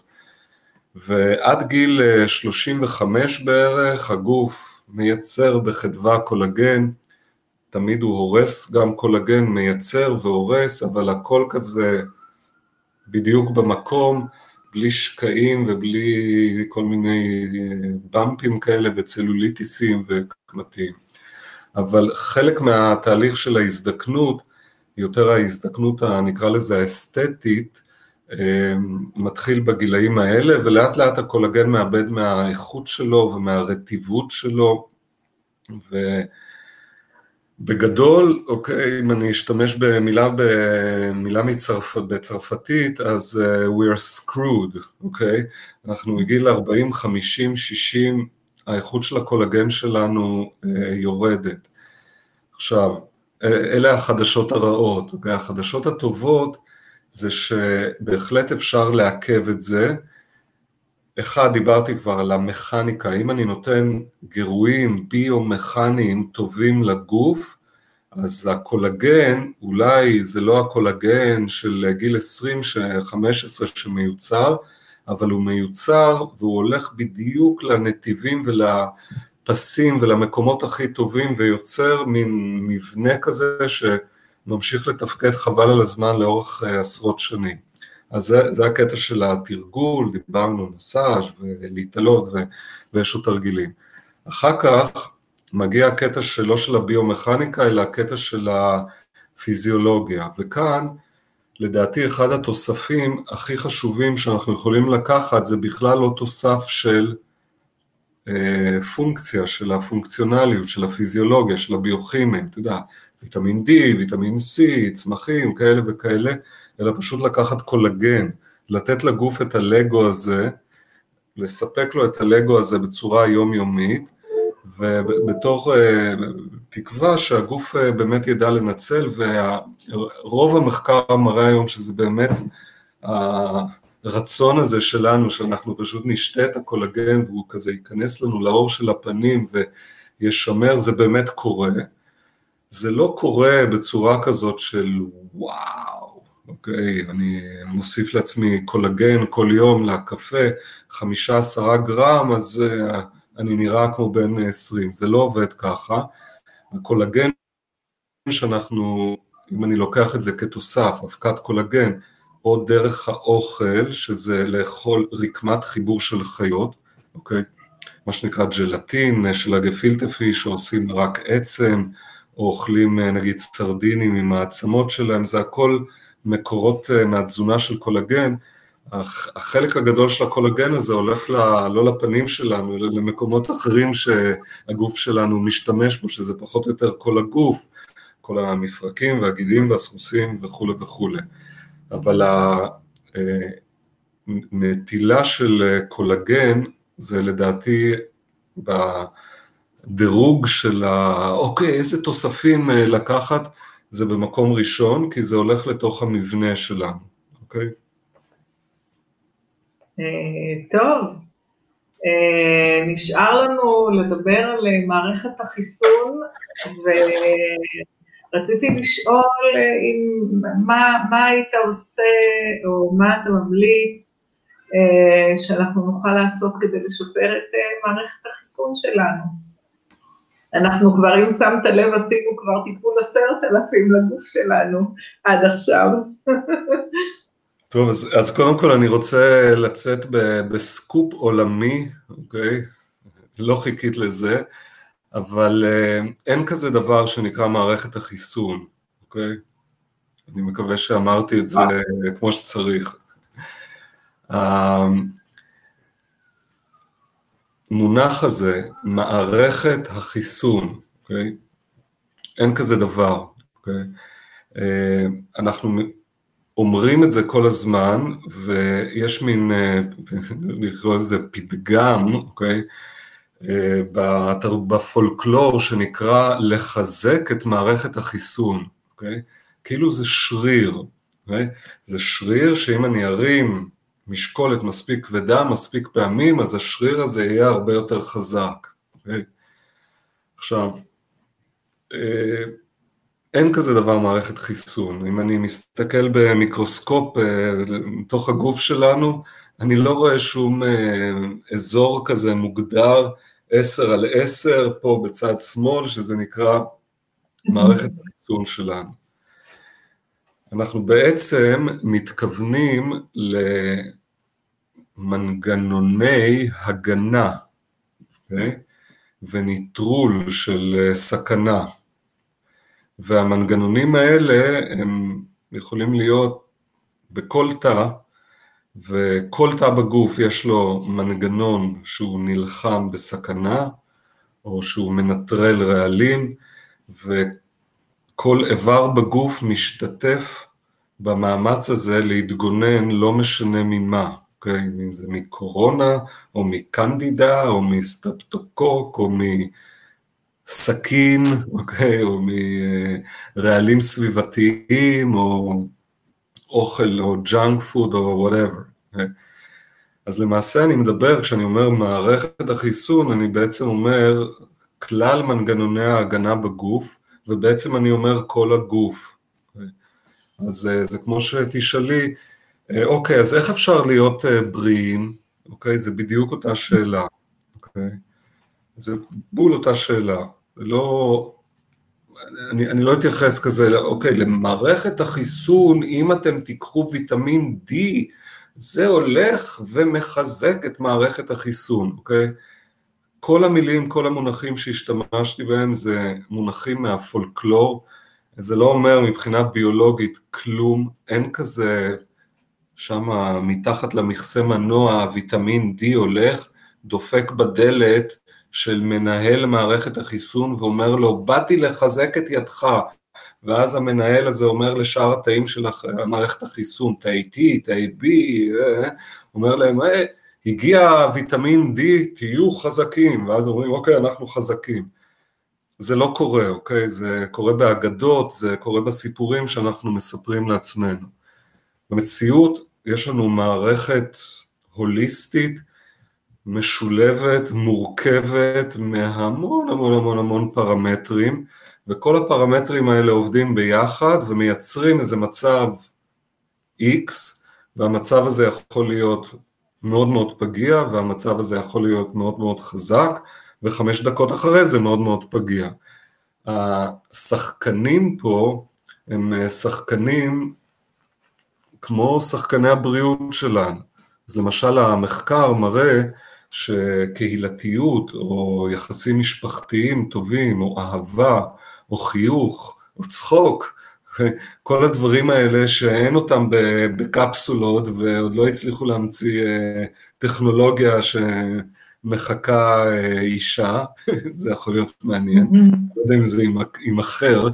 ועד גיל שלושים וחמש בערך, הגוף מייצר בחדווה קולגן, תמיד הוא הורס גם קולגן, מייצר והורס, אבל הכל כזה בדיוק במקום, בלי שקעים ובלי כל מיני במפים כאלה וצלוליטיסים וקמטים. אבל חלק מהתהליך של ההזדקנות, יותר ההזדקנות נקרא לזה האסתטית, מתחיל בגילאים האלה, ולאט לאט הקולגן מאבד מהאיכות שלו ומהרטיבות שלו, ו... בגדול, אוקיי, אם אני אשתמש במילה, במילה מצרפ, בצרפתית, אז uh, we are screwed, אוקיי? אנחנו מגיל ארבעים, חמישים, שישים, האיכות של הקולגן שלנו uh, יורדת. עכשיו, אלה החדשות הרעות, אוקיי? החדשות הטובות זה שבהחלט אפשר לעכב את זה. אחד, דיברתי כבר על המכניקה, אם אני נותן גירויים ביומכניים טובים לגוף, אז הקולגן, אולי זה לא הקולגן של גיל עשרים, חמש עשרה שמיוצר, אבל הוא מיוצר והוא הולך בדיוק לנתיבים ולפסים ולמקומות הכי טובים, ויוצר מין מבנה כזה שממשיך לתפקד חבל על הזמן לאורך עשרות שנים. אז זה, זה הקטע של התרגול, דיברנו מסאז' ולהתעלות ויש עוד תרגילים. אחר כך מגיע הקטע שלא של הביומכניקה, אלא הקטע של הפיזיולוגיה, וכאן לדעתי אחד התוספים הכי חשובים שאנחנו יכולים לקחת, זה בכלל לא תוסף של אה, פונקציה, של הפונקציונליות, של הפיזיולוגיה, של הביוכימיה, אתה יודע, ויטמין D, ויטמין C, צמחים, כאלה וכאלה, אלא פשוט לקחת קולגן, לתת לגוף את הלגו הזה, לספק לו את הלגו הזה בצורה יומיומית, ובתוך תקווה שהגוף באמת ידע לנצל, ורוב המחקר מראה היום שזה באמת הרצון הזה שלנו, שאנחנו פשוט נשתה את הקולגן, והוא כזה ייכנס לנו לאור של הפנים וישמר, זה באמת קורה. זה לא קורה בצורה כזאת של וואו, אוקיי, אני מוסיף לעצמי קולגן כל יום לקפה, חמישה עשרה גרם, אז אני נראה כמו בן עשרים, זה לא עובד ככה. הקולגן שאנחנו, אם אני לוקח את זה כתוסף, הפקת קולגן, או דרך האוכל, שזה לאכול רקמת חיבור של חיות, אוקיי? מה שנקרא ג'לטין של הגפילטה פיש, שעושים רק עצם, או אוכלים נגיד סרדינים עם העצמות שלהם, זה הכל מקורות מהתזונה של קולגן. החלק הגדול של הקולגן הזה הולך ל, לא לפנים שלנו, אלא למקומות אחרים שהגוף שלנו משתמש בו, שזה פחות או יותר כל הגוף, כל המפרקים והגידים והסחוסים וכו' וכו'. אבל הנטילה של קולגן זה לדעתי בדירוג של ה... אוקיי, איזה תוספים לקחת, זה במקום ראשון, כי זה הולך לתוך המבנה שלנו, אוקיי? טוב, נשאר לנו לדבר על מערכת החיסון, ורציתי לשאול אם, מה, מה היית עושה, או מה אתה ממליץ, שאנחנו נוכל לעשות כדי לשפר את מערכת החיסון שלנו. אנחנו כבר, אם שמת לב, עשינו כבר טיפול עשרת אלפים לגוף שלנו עד עכשיו. טוב, אז, אז קודם כל אני רוצה לצאת ב, בסקופ עולמי, אוקיי? לא חיכית לזה, אבל אה, אין כזה דבר שנקרא מערכת החיסון, אוקיי? אני מקווה שאמרתי את זה אה. כמו שצריך. המונח הזה, מערכת החיסון, אוקיי? אין כזה דבר, אוקיי? אה, אנחנו... אומרים את זה כל הזמן, ויש מין, נקרא לזה פתגם, אוקיי? בפולקלור שנקרא לחזק את מערכת החיסון, אוקיי? כאילו זה שריר, אוקיי? זה שריר שאם אני ארים משקולת מספיק כבדה, מספיק פעמים, אז השריר הזה יהיה הרבה יותר חזק, אוקיי? עכשיו, אין כזה דבר מערכת חיסון. אם אני מסתכל במיקרוסקופ מתוך הגוף שלנו, אני לא רואה שום אזור כזה מוגדר עשר על עשר פה בצד שמאל, שזה נקרא מערכת החיסון שלנו. אנחנו בעצם מתכוונים למנגנוני הגנה, okay? וניטרול של סכנה. והמנגנונים האלה הם יכולים להיות בכל תא, וכל תא בגוף יש לו מנגנון שהוא נלחם בסכנה, או שהוא מנטרל רעלים, וכל איבר בגוף משתתף במאמץ הזה להתגונן לא משנה ממה, אוקיי? אם זה מקורונה, או מקנדידה, או מסטפטוקוק, או מ... סכין, אוקיי, או מרעלים סביבתיים, או אוכל, או ג'אנק פוד, או whatever. אוקיי? אז למעשה אני מדבר, כשאני אומר מערכת החיסון, אני בעצם אומר כלל מנגנוני ההגנה בגוף, ובעצם אני אומר כל הגוף. אוקיי? אז זה כמו שתשאלי, אוקיי, אז איך אפשר להיות בריאים? אוקיי, זה בדיוק אותה שאלה. אוקיי, זה בול אותה שאלה. לא, אני, אני לא אתייחס כזה, אוקיי, למערכת החיסון, אם אתם תיקחו ויטמין D, זה הולך ומחזק את מערכת החיסון, אוקיי? כל המילים, כל המונחים שהשתמשתי בהם זה מונחים מהפולקלור, זה לא אומר מבחינה ביולוגית כלום, אין כזה, שם מתחת למכסה מנוע, ויטמין D הולך, דופק בדלת של מנהל מערכת החיסון ואומר לו, באתי לחזק את ידך, ואז המנהל הזה אומר לשאר התאים של מערכת החיסון, תאי T, תאי B, אומר להם, אה, הגיע ויטמין D, תהיו חזקים, ואז אומרים, אוקיי, אנחנו חזקים. זה לא קורה, אוקיי? זה קורה באגדות, זה קורה בסיפורים שאנחנו מספרים לעצמנו. במציאות יש לנו מערכת הוליסטית, משולבת, מורכבת, מהמון המון המון המון פרמטרים, וכל הפרמטרים האלה עובדים ביחד ומייצרים איזה מצב X, והמצב הזה יכול להיות מאוד מאוד פגיע, והמצב הזה יכול להיות מאוד מאוד חזק, וחמש דקות אחרי זה מאוד מאוד פגיע. השחקנים פה הם שחקנים כמו שחקני הבריאות שלנו. אז למשל המחקר מראה שקהילתיות או יחסים משפחתיים טובים, או אהבה, או חיוך, או צחוק, כל הדברים האלה שאין אותם בקפסולות ועוד לא הצליחו להמציא טכנולוגיה שמחכה אישה, זה יכול להיות מעניין, לא יודע אם זה עם אחר,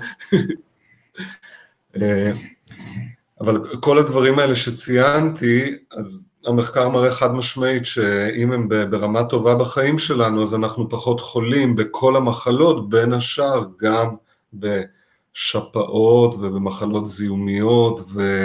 אבל כל הדברים האלה שציינתי, אז המחקר מראה חד משמעית שאם הם ברמה טובה בחיים שלנו, אז אנחנו פחות חולים בכל המחלות, בין השאר גם בשפעות ובמחלות זיהומיות,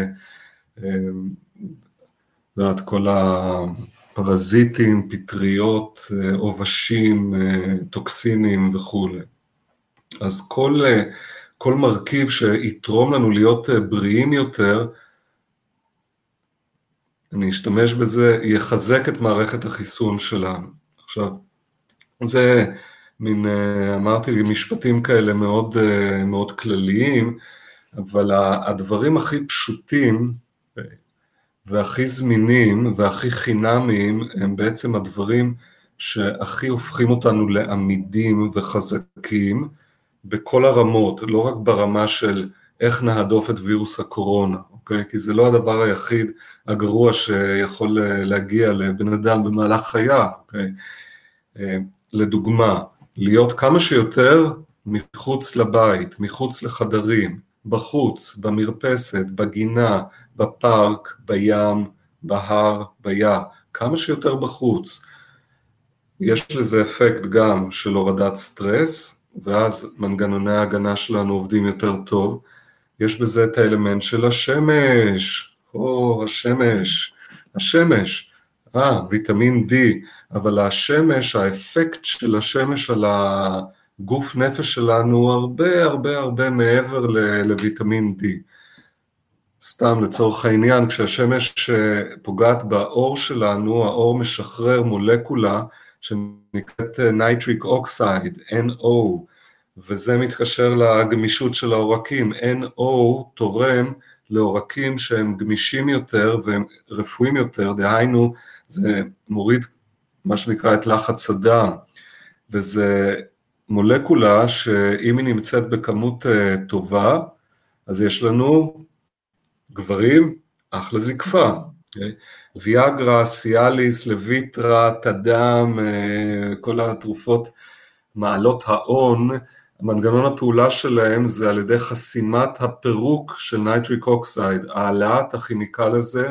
ועד כל הפרזיטים, פטריות, עובשים, טוקסינים וכו'. אז כל, כל מרכיב שיתרום לנו להיות בריאים יותר, אני אשתמש בזה, יחזק את מערכת החיסון שלנו. עכשיו, זה מין, אמרתי לי, משפטים כאלה מאוד, מאוד כלליים, אבל הדברים הכי פשוטים והכי זמינים והכי חינמיים הם בעצם הדברים שהכי הופכים אותנו לעמידים וחזקים בכל הרמות, לא רק ברמה של איך נהדוף את וירוס הקורונה, אוקיי? כי זה לא הדבר היחיד הגרוע שיכול להגיע לבן אדם במהלך חייו, אוקיי? לדוגמה, להיות כמה שיותר מחוץ לבית, מחוץ לחדרים, בחוץ, במרפסת, בגינה, בפארק, בים, בהר, ביער, כמה שיותר בחוץ. יש לזה אפקט גם של הורדת סטרס, ואז מנגנוני ההגנה שלנו עובדים יותר טוב. יש בזה את האלמנט של השמש, או השמש, השמש, אה, ויטמין D, אבל השמש, האפקט של השמש על הגוף נפש שלנו הוא הרבה הרבה הרבה מעבר לויטמין D. סתם לצורך העניין, כשהשמש פוגעת באור שלנו, האור משחרר מולקולה שנקראת נייטריק אוקסייד, N O, וזה מתקשר לגמישות של העורקים. N O תורם לעורקים שהם גמישים יותר והם רפואיים יותר, דהיינו זה מוריד מה שנקרא את לחץ הדם, וזה מולקולה שאם היא נמצאת בכמות טובה, אז יש לנו גברים, אחלה זקפה, okay? ויאגרה, סיאליס, לויטרה, תדם, כל התרופות מעלות ההון, המנגנון הפעולה שלהם זה על ידי חסימת הפירוק של נייטריק אוקסייד, העלאת הכימיקל הזה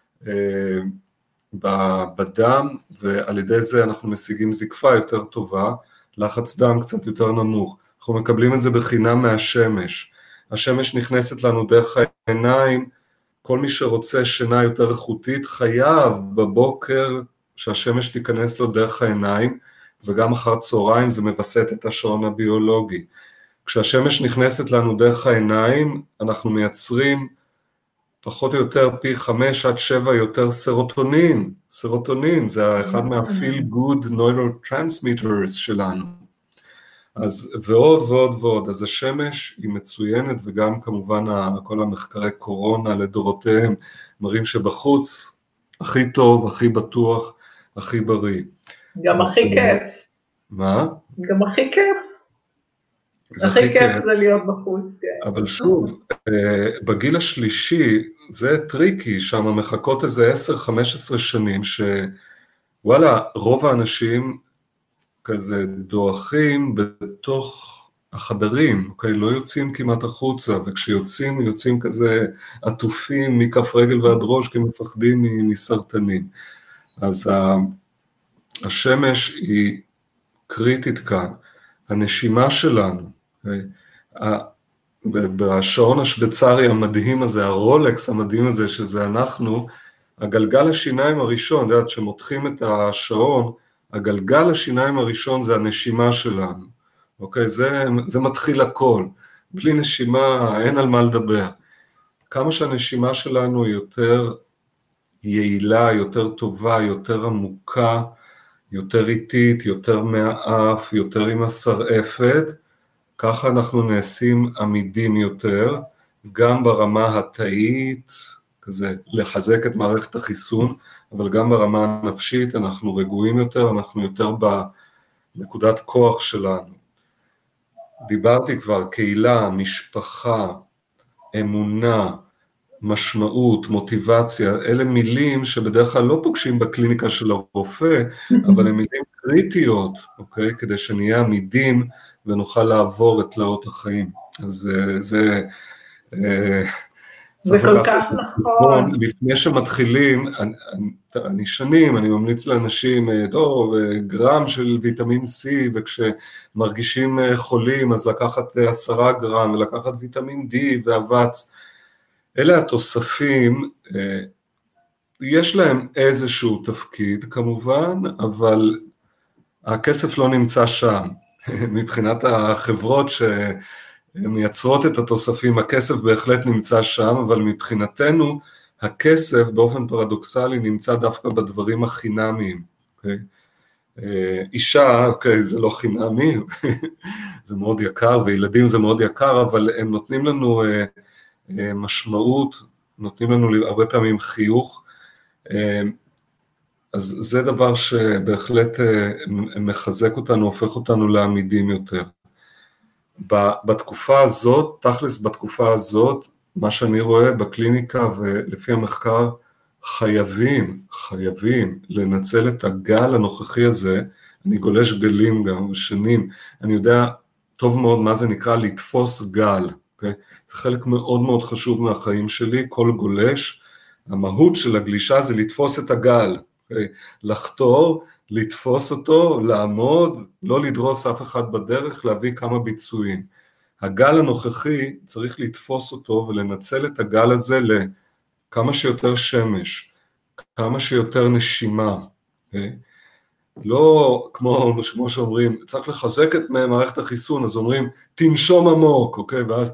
בדם, ועל ידי זה אנחנו משיגים זקפה יותר טובה, לחץ דם קצת יותר נמוך. אנחנו מקבלים את זה בחינם מהשמש. השמש נכנסת לנו דרך העיניים, כל מי שרוצה שינה יותר איכותית חייב בבוקר שהשמש תיכנס לו דרך העיניים, וגם אחר צהריים זה מבסט את השעון הביולוגי. כשהשמש נכנסת לנו דרך העיניים, אנחנו מייצרים פחות או יותר פי חמש עד שבע יותר סרוטונין, סרוטונין זה אחד מה-feel good neurotransmitters שלנו, אז ועוד ועוד ועוד, אז השמש היא מצוינת, וגם כמובן כל המחקרי קורונה לדורותיהם, מראים שבחוץ הכי טוב, הכי בטוח, הכי בריא. גם הכי כיף. מה? גם הכי כיף. הכי כיף זה להיות בחוץ, כן. אבל שוב, בגיל השלישי, זה טריקי, שם מחכות איזה עשר חמש עשרה שנים, שוואלה, רוב האנשים כזה דואחים בתוך החדרים, אוקיי? לא יוצאים כמעט החוצה, וכשיוצאים, יוצאים כזה עטופים מכף רגל ועד ראש, כי מפחדים מסרטנים. אז השמש היא קריטית כאן, הנשימה שלנו, אוקיי? בשעון השוויצרי המדהים הזה, הרולקס המדהים הזה, שזה אנחנו, הגלגל השיניים הראשון, יודעת, שמותחים את השעון, הגלגל השיניים הראשון זה הנשימה שלנו, אוקיי? זה, זה מתחיל הכל, בלי נשימה אין על מה לדבר. כמה שהנשימה שלנו יותר יעילה, יותר טובה, יותר עמוקה, יותר איטית, יותר מהאף, יותר עם השרעפת, ככה אנחנו נעשים עמידים יותר, גם ברמה התאית, כזה לחזק את מערכת החיסון, אבל גם ברמה הנפשית אנחנו רגועים יותר, אנחנו יותר בנקודת כוח שלנו. דיברתי כבר, קהילה, משפחה, אמונה, משמעות, מוטיבציה, אלה מילים שבדרך כלל לא פוגשים בקליניקה של הרופא, אבל הן מילים קריטיות, אוקיי? כדי שנהיה עמידים ונוכל לעבור את תלאות החיים. אז זה... זה כל כך נכון. לפני שמתחילים, אני, אני שנים, אני ממליץ לאנשים, טוב, גרם של ויטמין C, וכשמרגישים חולים, אז לקחת עשרה גרם, ולקחת ויטמין D ואבץ. אלה התוספים, יש להם איזשהו תפקיד כמובן, אבל הכסף לא נמצא שם. מבחינת החברות שמייצרות את התוספים, הכסף בהחלט נמצא שם, אבל מבחינתנו הכסף באופן פרדוקסלי נמצא דווקא בדברים החינמיים. אוקיי? אישה, אוקיי, זה לא חינמי, זה מאוד יקר, וילדים זה מאוד יקר, אבל הם נותנים לנו משמעות, נותנים לנו הרבה פעמים חיוך, אז זה דבר שבהחלט מחזק אותנו, הופך אותנו לעמידים יותר. בתקופה הזאת, תכלס בתקופה הזאת, מה שאני רואה בקליניקה ולפי המחקר, חייבים, חייבים לנצל את הגל הנוכחי הזה, אני גולש גלים גם שנים, אני יודע טוב מאוד מה זה נקרא לתפוס גל, okay? זה חלק מאוד מאוד חשוב מהחיים שלי, כל גולש, המהות של הגלישה זה לתפוס את הגל, okay? לחתור, לתפוס אותו, לעמוד, לא לדרוס אף אחד בדרך, להביא כמה ביצועים. הגל הנוכחי צריך לתפוס אותו ולנצל את הגל הזה לכמה שיותר שמש, כמה שיותר נשימה, okay? לא כמו, כמו שאומרים, צריך לחזק את מערכת החיסון, אז אומרים, תנשום עמוק, אוקיי? ואז,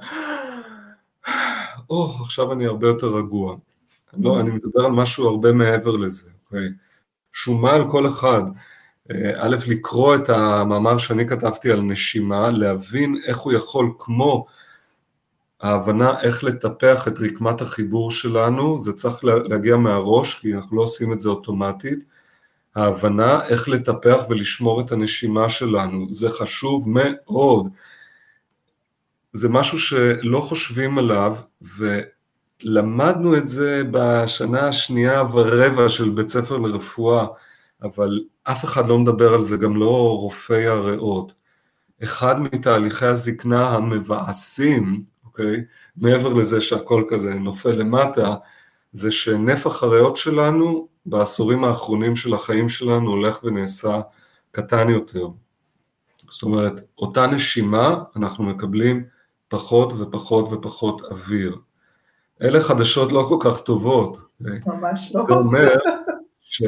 או, עכשיו אני הרבה יותר רגוע. לא, אני מדבר על משהו הרבה מעבר לזה, אוקיי? שומה על כל אחד. א', לקרוא את המאמר שאני כתבתי על נשימה, להבין איך הוא יכול, כמו ההבנה איך לטפח את רקמת החיבור שלנו, זה צריך להגיע מהראש, כי אנחנו לא עושים את זה אוטומטית, ההבנה איך לטפח ולשמור את הנשימה שלנו, זה חשוב מאוד, זה משהו שלא חושבים עליו, ולמדנו את זה בשנה השנייה ורבע של בית ספר לרפואה, אבל אף אחד לא מדבר על זה, גם לא רופאי הריאות. אחד מתהליכי הזקנה המבאסים, אוקיי, מעבר לזה שהכל כזה נופל למטה, זה שנפח הריאות שלנו, בעשורים האחרונים של החיים שלנו, הולך ונעשה קטן יותר. זאת אומרת, אותה נשימה, אנחנו מקבלים פחות ופחות ופחות אוויר. אלה חדשות לא כל כך טובות. ממש לא. זה אומר ש...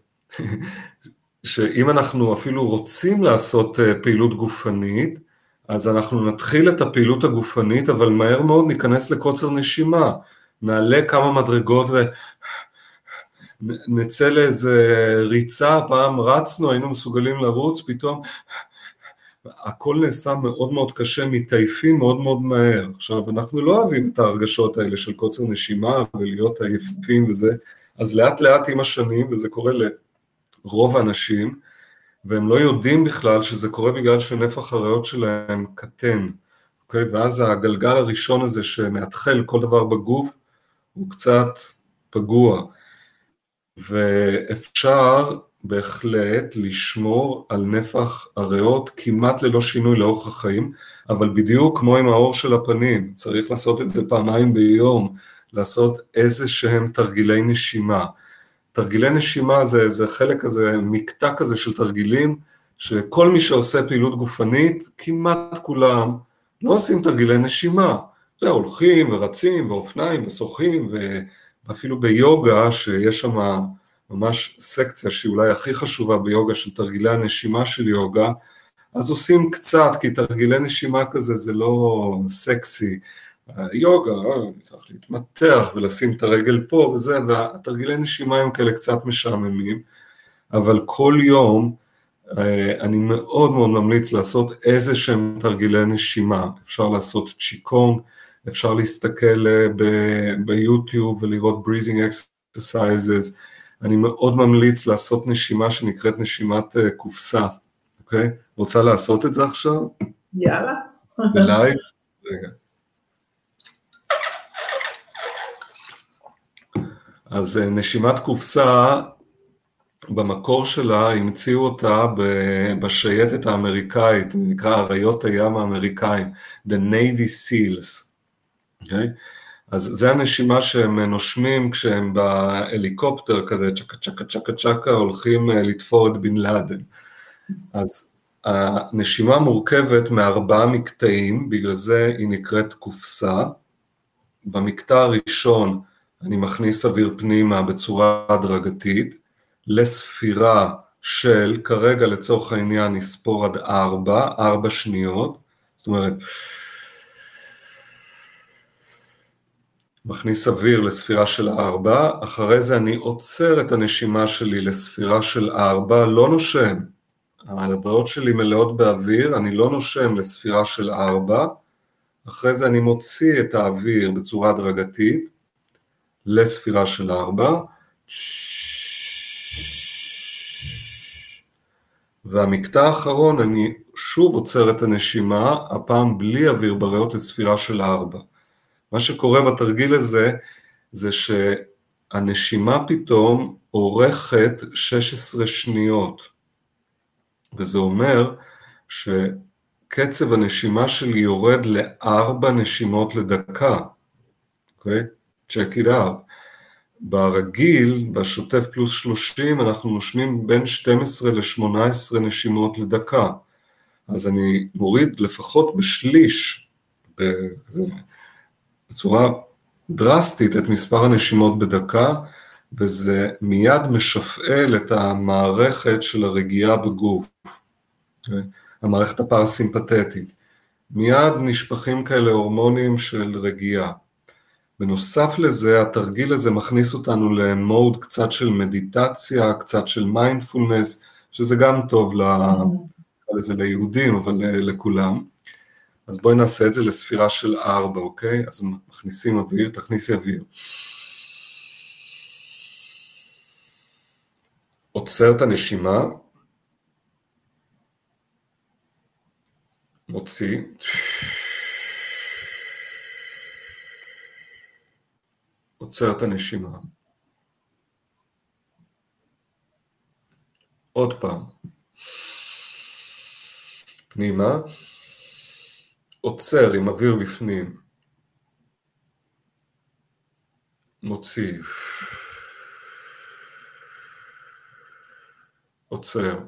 שאם אנחנו אפילו רוצים לעשות פעילות גופנית, אז אנחנו נתחיל את הפעילות הגופנית, אבל מהר מאוד ניכנס לקוצר נשימה, נעלה כמה מדרגות ונצא לאיזה ריצה, פעם רצנו, היינו מסוגלים לרוץ, פתאום הכל נעשה מאוד מאוד קשה, מתעייפים מאוד מאוד מהר. עכשיו, אנחנו לא אוהבים את ההרגשות האלה של קוצר נשימה ולהיות עייפים וזה, אז לאט לאט עם השנים, וזה קורה לרוב האנשים, והם לא יודעים בכלל שזה קורה בגלל שנפח הריאות שלהם קטן, אוקיי? ואז הגלגל הראשון הזה שמאתחל כל דבר בגוף, הוא קצת פגוע, ואפשר בהחלט לשמור על נפח הריאות כמעט ללא שינוי לאורך החיים, אבל בדיוק כמו עם האור של הפנים, צריך לעשות את זה פעמיים ביום, לעשות איזה שהם תרגילי נשימה. תרגילי נשימה זה, זה חלק כזה, מקטע כזה של תרגילים, שכל מי שעושה פעילות גופנית, כמעט כולם לא עושים תרגילי נשימה, זה הולכים ורצים ואופניים ושוחים, ואפילו ביוגה שיש שם ממש סקציה שהיא אולי הכי חשובה ביוגה של תרגילי הנשימה של יוגה, אז עושים קצת, כי תרגילי נשימה כזה זה לא סקסי, יוגה, צריך להתמתח ולשים את הרגל פה וזה, והתרגילי נשימה הם כאלה קצת משעממים, אבל כל יום אני מאוד מאוד ממליץ לעשות איזה שהם תרגילי נשימה, אפשר לעשות צ'יקונג, אפשר להסתכל ביוטיוב ולראות breathing exercises, אני מאוד ממליץ לעשות נשימה שנקראת נשימת קופסה, אוקיי? רוצה לעשות את זה עכשיו? יאללה. בלייב? רגע. אז נשימת קופסה, במקור שלה המציאו אותה בשייטת האמריקאית, נקרא אריות הים האמריקאים, the Navy Seals, אוקיי? אז זה הנשימה שהם נושמים כשהם בהליקופטר כזה, צ'קה צ'קה צ'קה צ'קה, הולכים לתפור את בן לאדן. אז הנשימה מורכבת מארבעה מקטעים, בגלל זה היא נקראת קופסה. במקטע הראשון אני מכניס אוויר פנימה בצורה הדרגתית, לספירה של, כרגע לצורך העניין נספור עד ארבע, ארבע שניות, זאת אומרת, מכניס אוויר לספירה של ארבע, אחרי זה אני עוצר את הנשימה שלי לספירה של ארבע, לא נושם, הריאות שלי מלאות באוויר, אני לא נושם לספירה של ארבע, אחרי זה אני מוציא את האוויר בצורה הדרגתית, לספירה של ארבע, והמקטע האחרון אני שוב עוצר את הנשימה, הפעם בלי אוויר בריאות לספירה של ארבע. מה שקורה בתרגיל הזה, זה שהנשימה פתאום עורכת שש עשרה שניות, וזה אומר שקצב הנשימה שלי יורד לארבע נשימות לדקה, אוקיי? check it out. ברגיל, בשוטף פלוס שלושים, אנחנו נושמים בין שתים עשרה ל-שמונה עשרה נשימות לדקה, אז אני מוריד לפחות בשליש, בצורה דרסטית, את מספר הנשימות בדקה, וזה מיד משפעל את המערכת של הרגיעה בגוף, המערכת הפרסימפתטית, מיד נשפכים כאלה הורמונים של רגיעה. בנוסף לזה, התרגיל הזה מכניס אותנו למוד קצת של מדיטציה, קצת של מיינדפולנס, שזה גם טוב לזה ליהודים, אבל לכולם. אז בואי נעשה את זה לספירה של ארבע, אוקיי? אז מכניסים אוויר, תכניסי אוויר. עוצר את הנשימה, מוציא, עוצר את הנשימה. עוד פעם. פנימה. עוצר עם אוויר בפנים. מוציא. עוצר.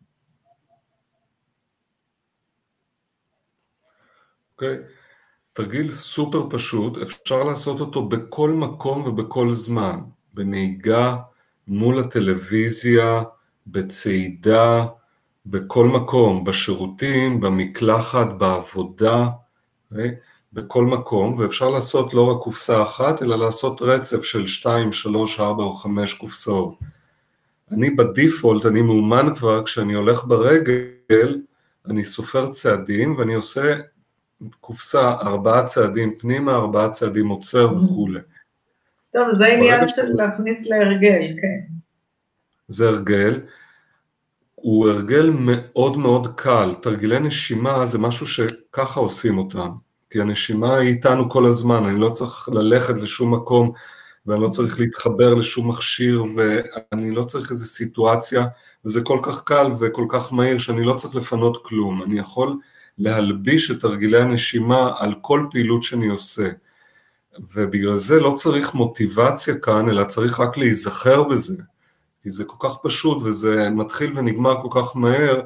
אוקיי? תרגיל סופר פשוט, אפשר לעשות אותו בכל מקום ובכל זמן, בנהיגה, מול הטלוויזיה, בצעידה, בכל מקום, בשירותים, במקלחת, בעבודה, okay? בכל מקום, ואפשר לעשות לא רק קופסה אחת, אלא לעשות רצף של שתיים, שלוש, ארבע או חמש קופסאות. אני בדיפולט, אני מאומן כבר, כשאני הולך ברגל, אני סופר צעדים, ואני עושה קופסה ארבעה צעדים פנימה, ארבעה צעדים עוצר וכו'. טוב, זה עניין של להכניס להרגל, כן. זה הרגל. הוא הרגל מאוד מאוד קל, תרגילי נשימה זה משהו שככה עושים אותם, כי הנשימה היא איתנו כל הזמן, אני לא צריך ללכת לשום מקום, ואני לא צריך להתחבר לשום מכשיר, ואני לא צריך איזו סיטואציה, וזה כל כך קל וכל כך מהיר, שאני לא צריך לפנות כלום, אני יכול להלביש את תרגילי הנשימה על כל פעילות שאני עושה, ובגלל זה לא צריך מוטיבציה כאן, אלא צריך רק להיזכר בזה, כי זה כל כך פשוט, וזה מתחיל ונגמר כל כך מהר,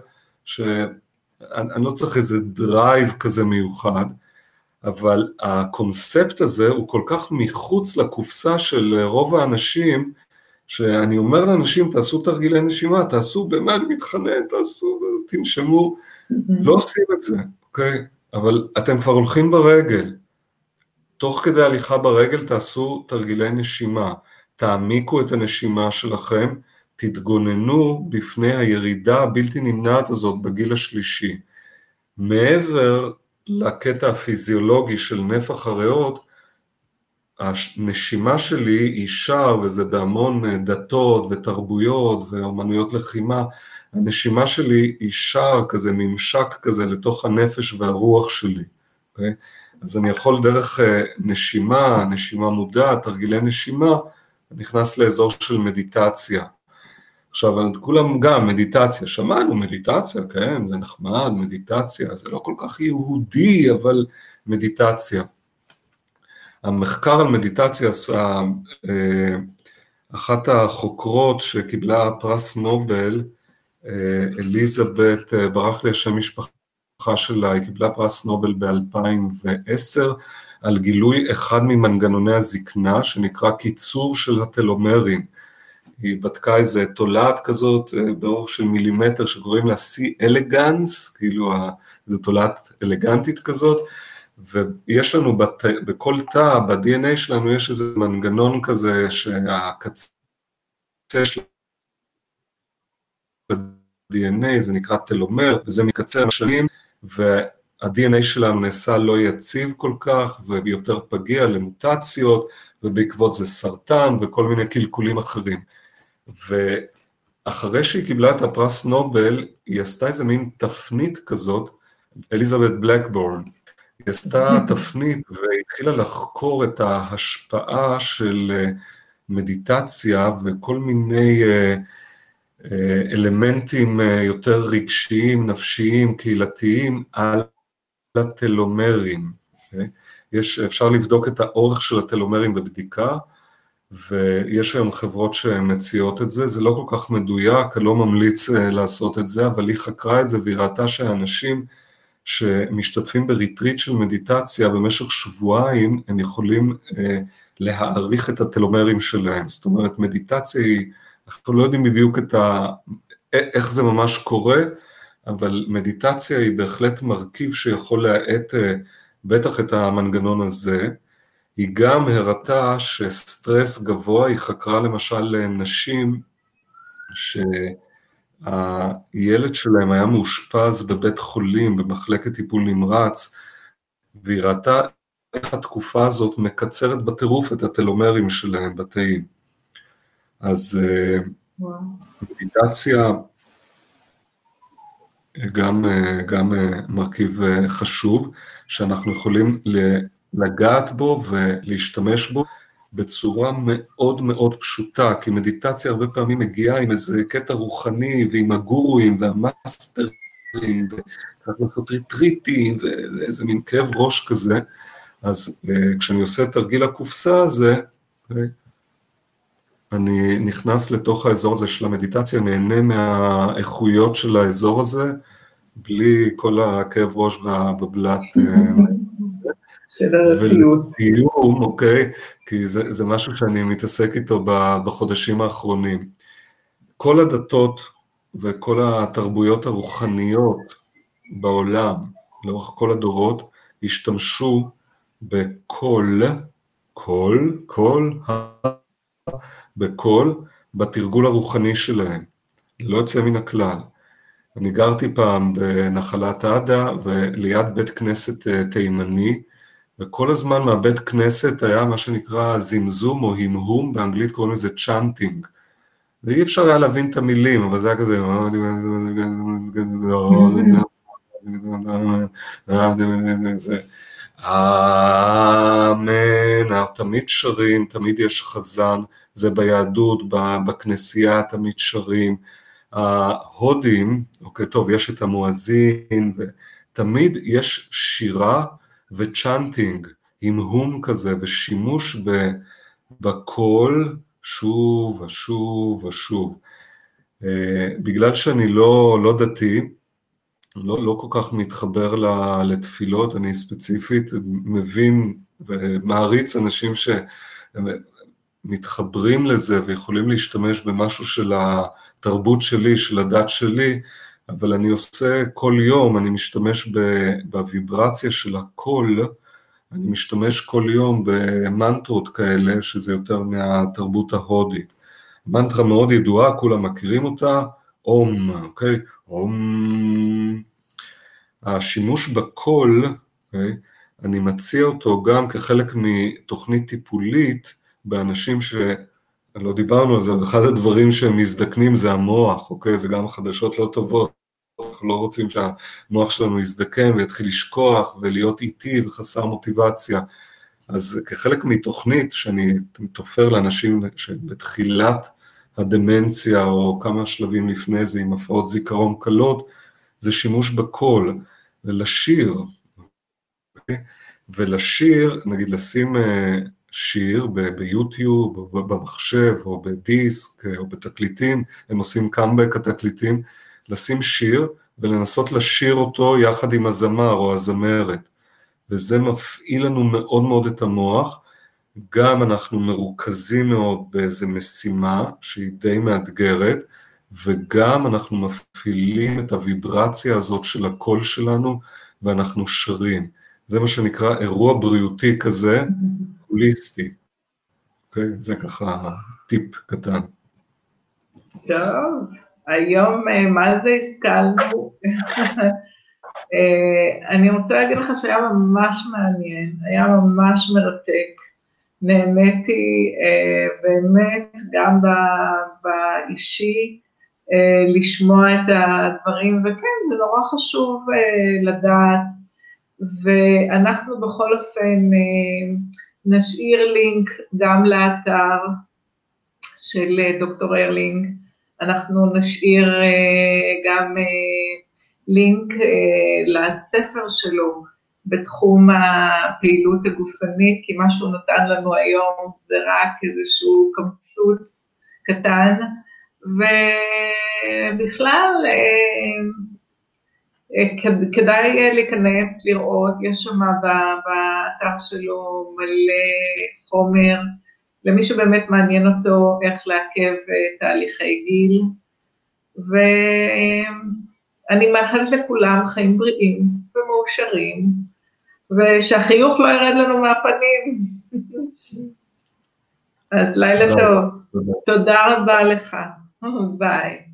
שאני לא צריך איזה דרייב כזה מיוחד, אבל הקונספט הזה הוא כל כך מחוץ לקופסה של רוב האנשים, שאני אומר לאנשים, תעשו תרגילי נשימה, תעשו באמת מתחנן, תעשו, תנשמו, לא עושים את זה, אוקיי? אבל אתם כבר הולכים ברגל, תוך כדי הליכה ברגל תעשו תרגילי נשימה, תעמיקו את הנשימה שלכם, תתגוננו בפני הירידה הבלתי נמנעת הזאת בגיל השלישי. מעבר לקטע הפיזיולוגי של נפח הריאות, הנשימה שלי היא שר, וזה בהמון דתות ותרבויות ואומנויות לחימה, הנשימה שלי היא שר כזה, ממשק כזה לתוך הנפש והרוח שלי. Okay? אז אני יכול דרך נשימה, נשימה מודעת, תרגילי נשימה, נכנס לאזור של מדיטציה. עכשיו, כולם גם מדיטציה, שמענו מדיטציה, כן, זה נחמד, מדיטציה, זה לא כל כך יהודי, אבל מדיטציה. המחקר על מדיטציה עשה, אחת החוקרות שקיבלה פרס נובל, אליזבת, ברח לי השם משפחה שלה, היא קיבלה פרס נובל ב-אלפיים ועשר, על גילוי אחד ממנגנוני הזקנה, שנקרא קיצור של הטלומרים. היא בדקה איזה תולעת כזאת, באורך של מילימטר, שקוראים לה C elegans, כאילו זו תולעת אלגנטית כזאת, ויש לנו בת, בכל תא, ב-די אן איי שלנו, יש איזה מנגנון כזה, שהקצה של ה-די אן איי, זה נקרא טלומר, וזה מקצר השנים, וה-די אן איי שלנו נעשה לא יציב כל כך, ויותר פגיע למוטציות, ובעקבות זה סרטן, וכל מיני קלקולים אחרים. ואחרי שהיא קיבלה את הפרס נובל, היא עשתה איזה מין תפנית כזאת, אליזבת בלקבורן, היא עשתה תפנית והתחילה לחקור את ההשפעה של מדיטציה וכל מיני אלמנטים יותר רגשיים, נפשיים, קהילתיים על הטלומרים. יש, אפשר לבדוק את האורך של הטלומרים בבדיקה, ויש היום חברות שמציעות את זה, זה לא כל כך מדויק, אני לא ממליץ לעשות את זה, אבל היא חקרה את זה והיא ראתה שהאנשים שמשתתפים בריטריט של מדיטציה במשך שבועיים, הם יכולים להעריך את הטלומרים שלהם, זאת אומרת מדיטציה היא, אנחנו לא יודעים בדיוק את ה... איך זה ממש קורה, אבל מדיטציה היא בהחלט מרכיב שיכול להאט בטח את המנגנון הזה, היא גם הראתה שסטרס גבוה, היא חקרה למשל נשים שהילד שלהם היה מאושפז בבית חולים, במחלקת טיפול נמרץ, והיא ראתה איך התקופה הזאת מקצרת בטירוף את הטלומרים שלהם בתאים. אז וואו. מדיטציה גם, גם מרכיב חשוב, שאנחנו יכולים לגעת בו ולהשתמש בו בצורה מאוד מאוד פשוטה, כי מדיטציה הרבה פעמים מגיעה עם איזה קטע רוחני, ועם הגורואים והמאסטרים, וצריך לעשות ריטריטים, ואיזה מין כאב ראש כזה, אז כשאני עושה תרגיל הקופסה הזה, אני נכנס לתוך האזור הזה של המדיטציה, נהנה מהאיכויות של האזור הזה, בלי כל הכאב ראש והבבלת של הרציות. ולסיום, אוקיי, כי זה, זה משהו שאני מתעסק איתו בחודשים האחרונים. כל הדתות וכל התרבויות הרוחניות בעולם, לאורך כל הדורות, השתמשו בכל, כל, כל, בכל, בתרגול הרוחני שלהם, לא יוצא מן הכלל. אני גרתי פעם בנחלת עדה, וליד בית כנסת תימני, וכל הזמן מהבית כנסת היה מה שנקרא זמזום או המהום, באנגלית קוראים לזה צ'אנטינג, ואי אפשר היה להבין את המילים, אבל זה היה כזה, אמן, תמיד שרים, תמיד יש חזן, זה ביהדות, בכנסייה תמיד שרים, ההודים, אוקיי, טוב, יש את המואזין, ותמיד יש שירה וצ'אנטינג, המהום כזה, ושימוש בקול, שוב ושוב ושוב. בגלל שאני לא, לא דתי, לא, לא כל כך מתחבר לתפילות, אני ספציפית מבין ומעריץ אנשים שמתחברים לזה ויכולים להשתמש במשהו של התרבות שלי, של הדת שלי, אבל אני עושה כל יום, אני משתמש בוויברציה של הקול, אני משתמש כל יום במנטרות כאלה, שזה יותר מהתרבות ההודית. מנטרה מאוד ידועה, כולם מכירים אותה, אום, אוקיי? אום. השימוש בקול, אוקיי? אני מציע אותו גם כחלק מתוכנית טיפולית, באנשים שלא דיברנו על זה, ואחד הדברים שהם מזדקנים זה המוח, אוקיי? זה גם חדשות לא טובות. אנחנו לא רוצים שהמוח שלנו יזדקן ויתחיל לשכוח ולהיות איטי וחסר מוטיבציה. אז כחלק מתוכנית שאני תופר לאנשים שבתחילת הדמנציה או כמה שלבים לפני זה עם הפרעות זיכרון קלות, זה שימוש בקול ולשיר. ולשיר, נגיד לשים שיר ביוטיוב או במחשב או בדיסק או בתקליטים, הם עושים קאמבק התקליטים, לשים שיר ולנסות לשיר אותו יחד עם הזמר או הזמרת, וזה מפעיל לנו מאוד מאוד את המוח, גם אנחנו מרוכזים מאוד באיזו משימה שהיא די מאתגרת, וגם אנחנו מפעילים את הוויברציה הזאת של הקול שלנו, ואנחנו שרים. זה מה שנקרא אירוע בריאותי כזה, הוליסטי. אוקיי? זה ככה טיפ קטן. טוב. היום מה זה השכלנו, אני רוצה להגיד לך שהיה ממש מעניין, היה ממש מרתק, נהניתי באמת גם באישי לשמוע את הדברים, וכן זה נורא חשוב לדעת, ואנחנו בכל אופן נשאיר לינק גם לאתר של דוקטור ארלינג, אנחנו נשאיר גם לינק לספר שלו בתחום הפעילות הגופנית, כי מה שהוא נתן לנו היום זה רק איזשהו קמצוץ קטן, ובכלל כדאי להיכנס, לראות, יש שם באתר שלו מלא חומר, למי שבאמת מעניין אותו איך לעכב תהליכי גיל, ואני מאחלת לכולם חיים בריאים ומאושרים, ושהחיוך לא ירד לנו מהפנים. אז לילה טוב, תודה רבה לך, ביי.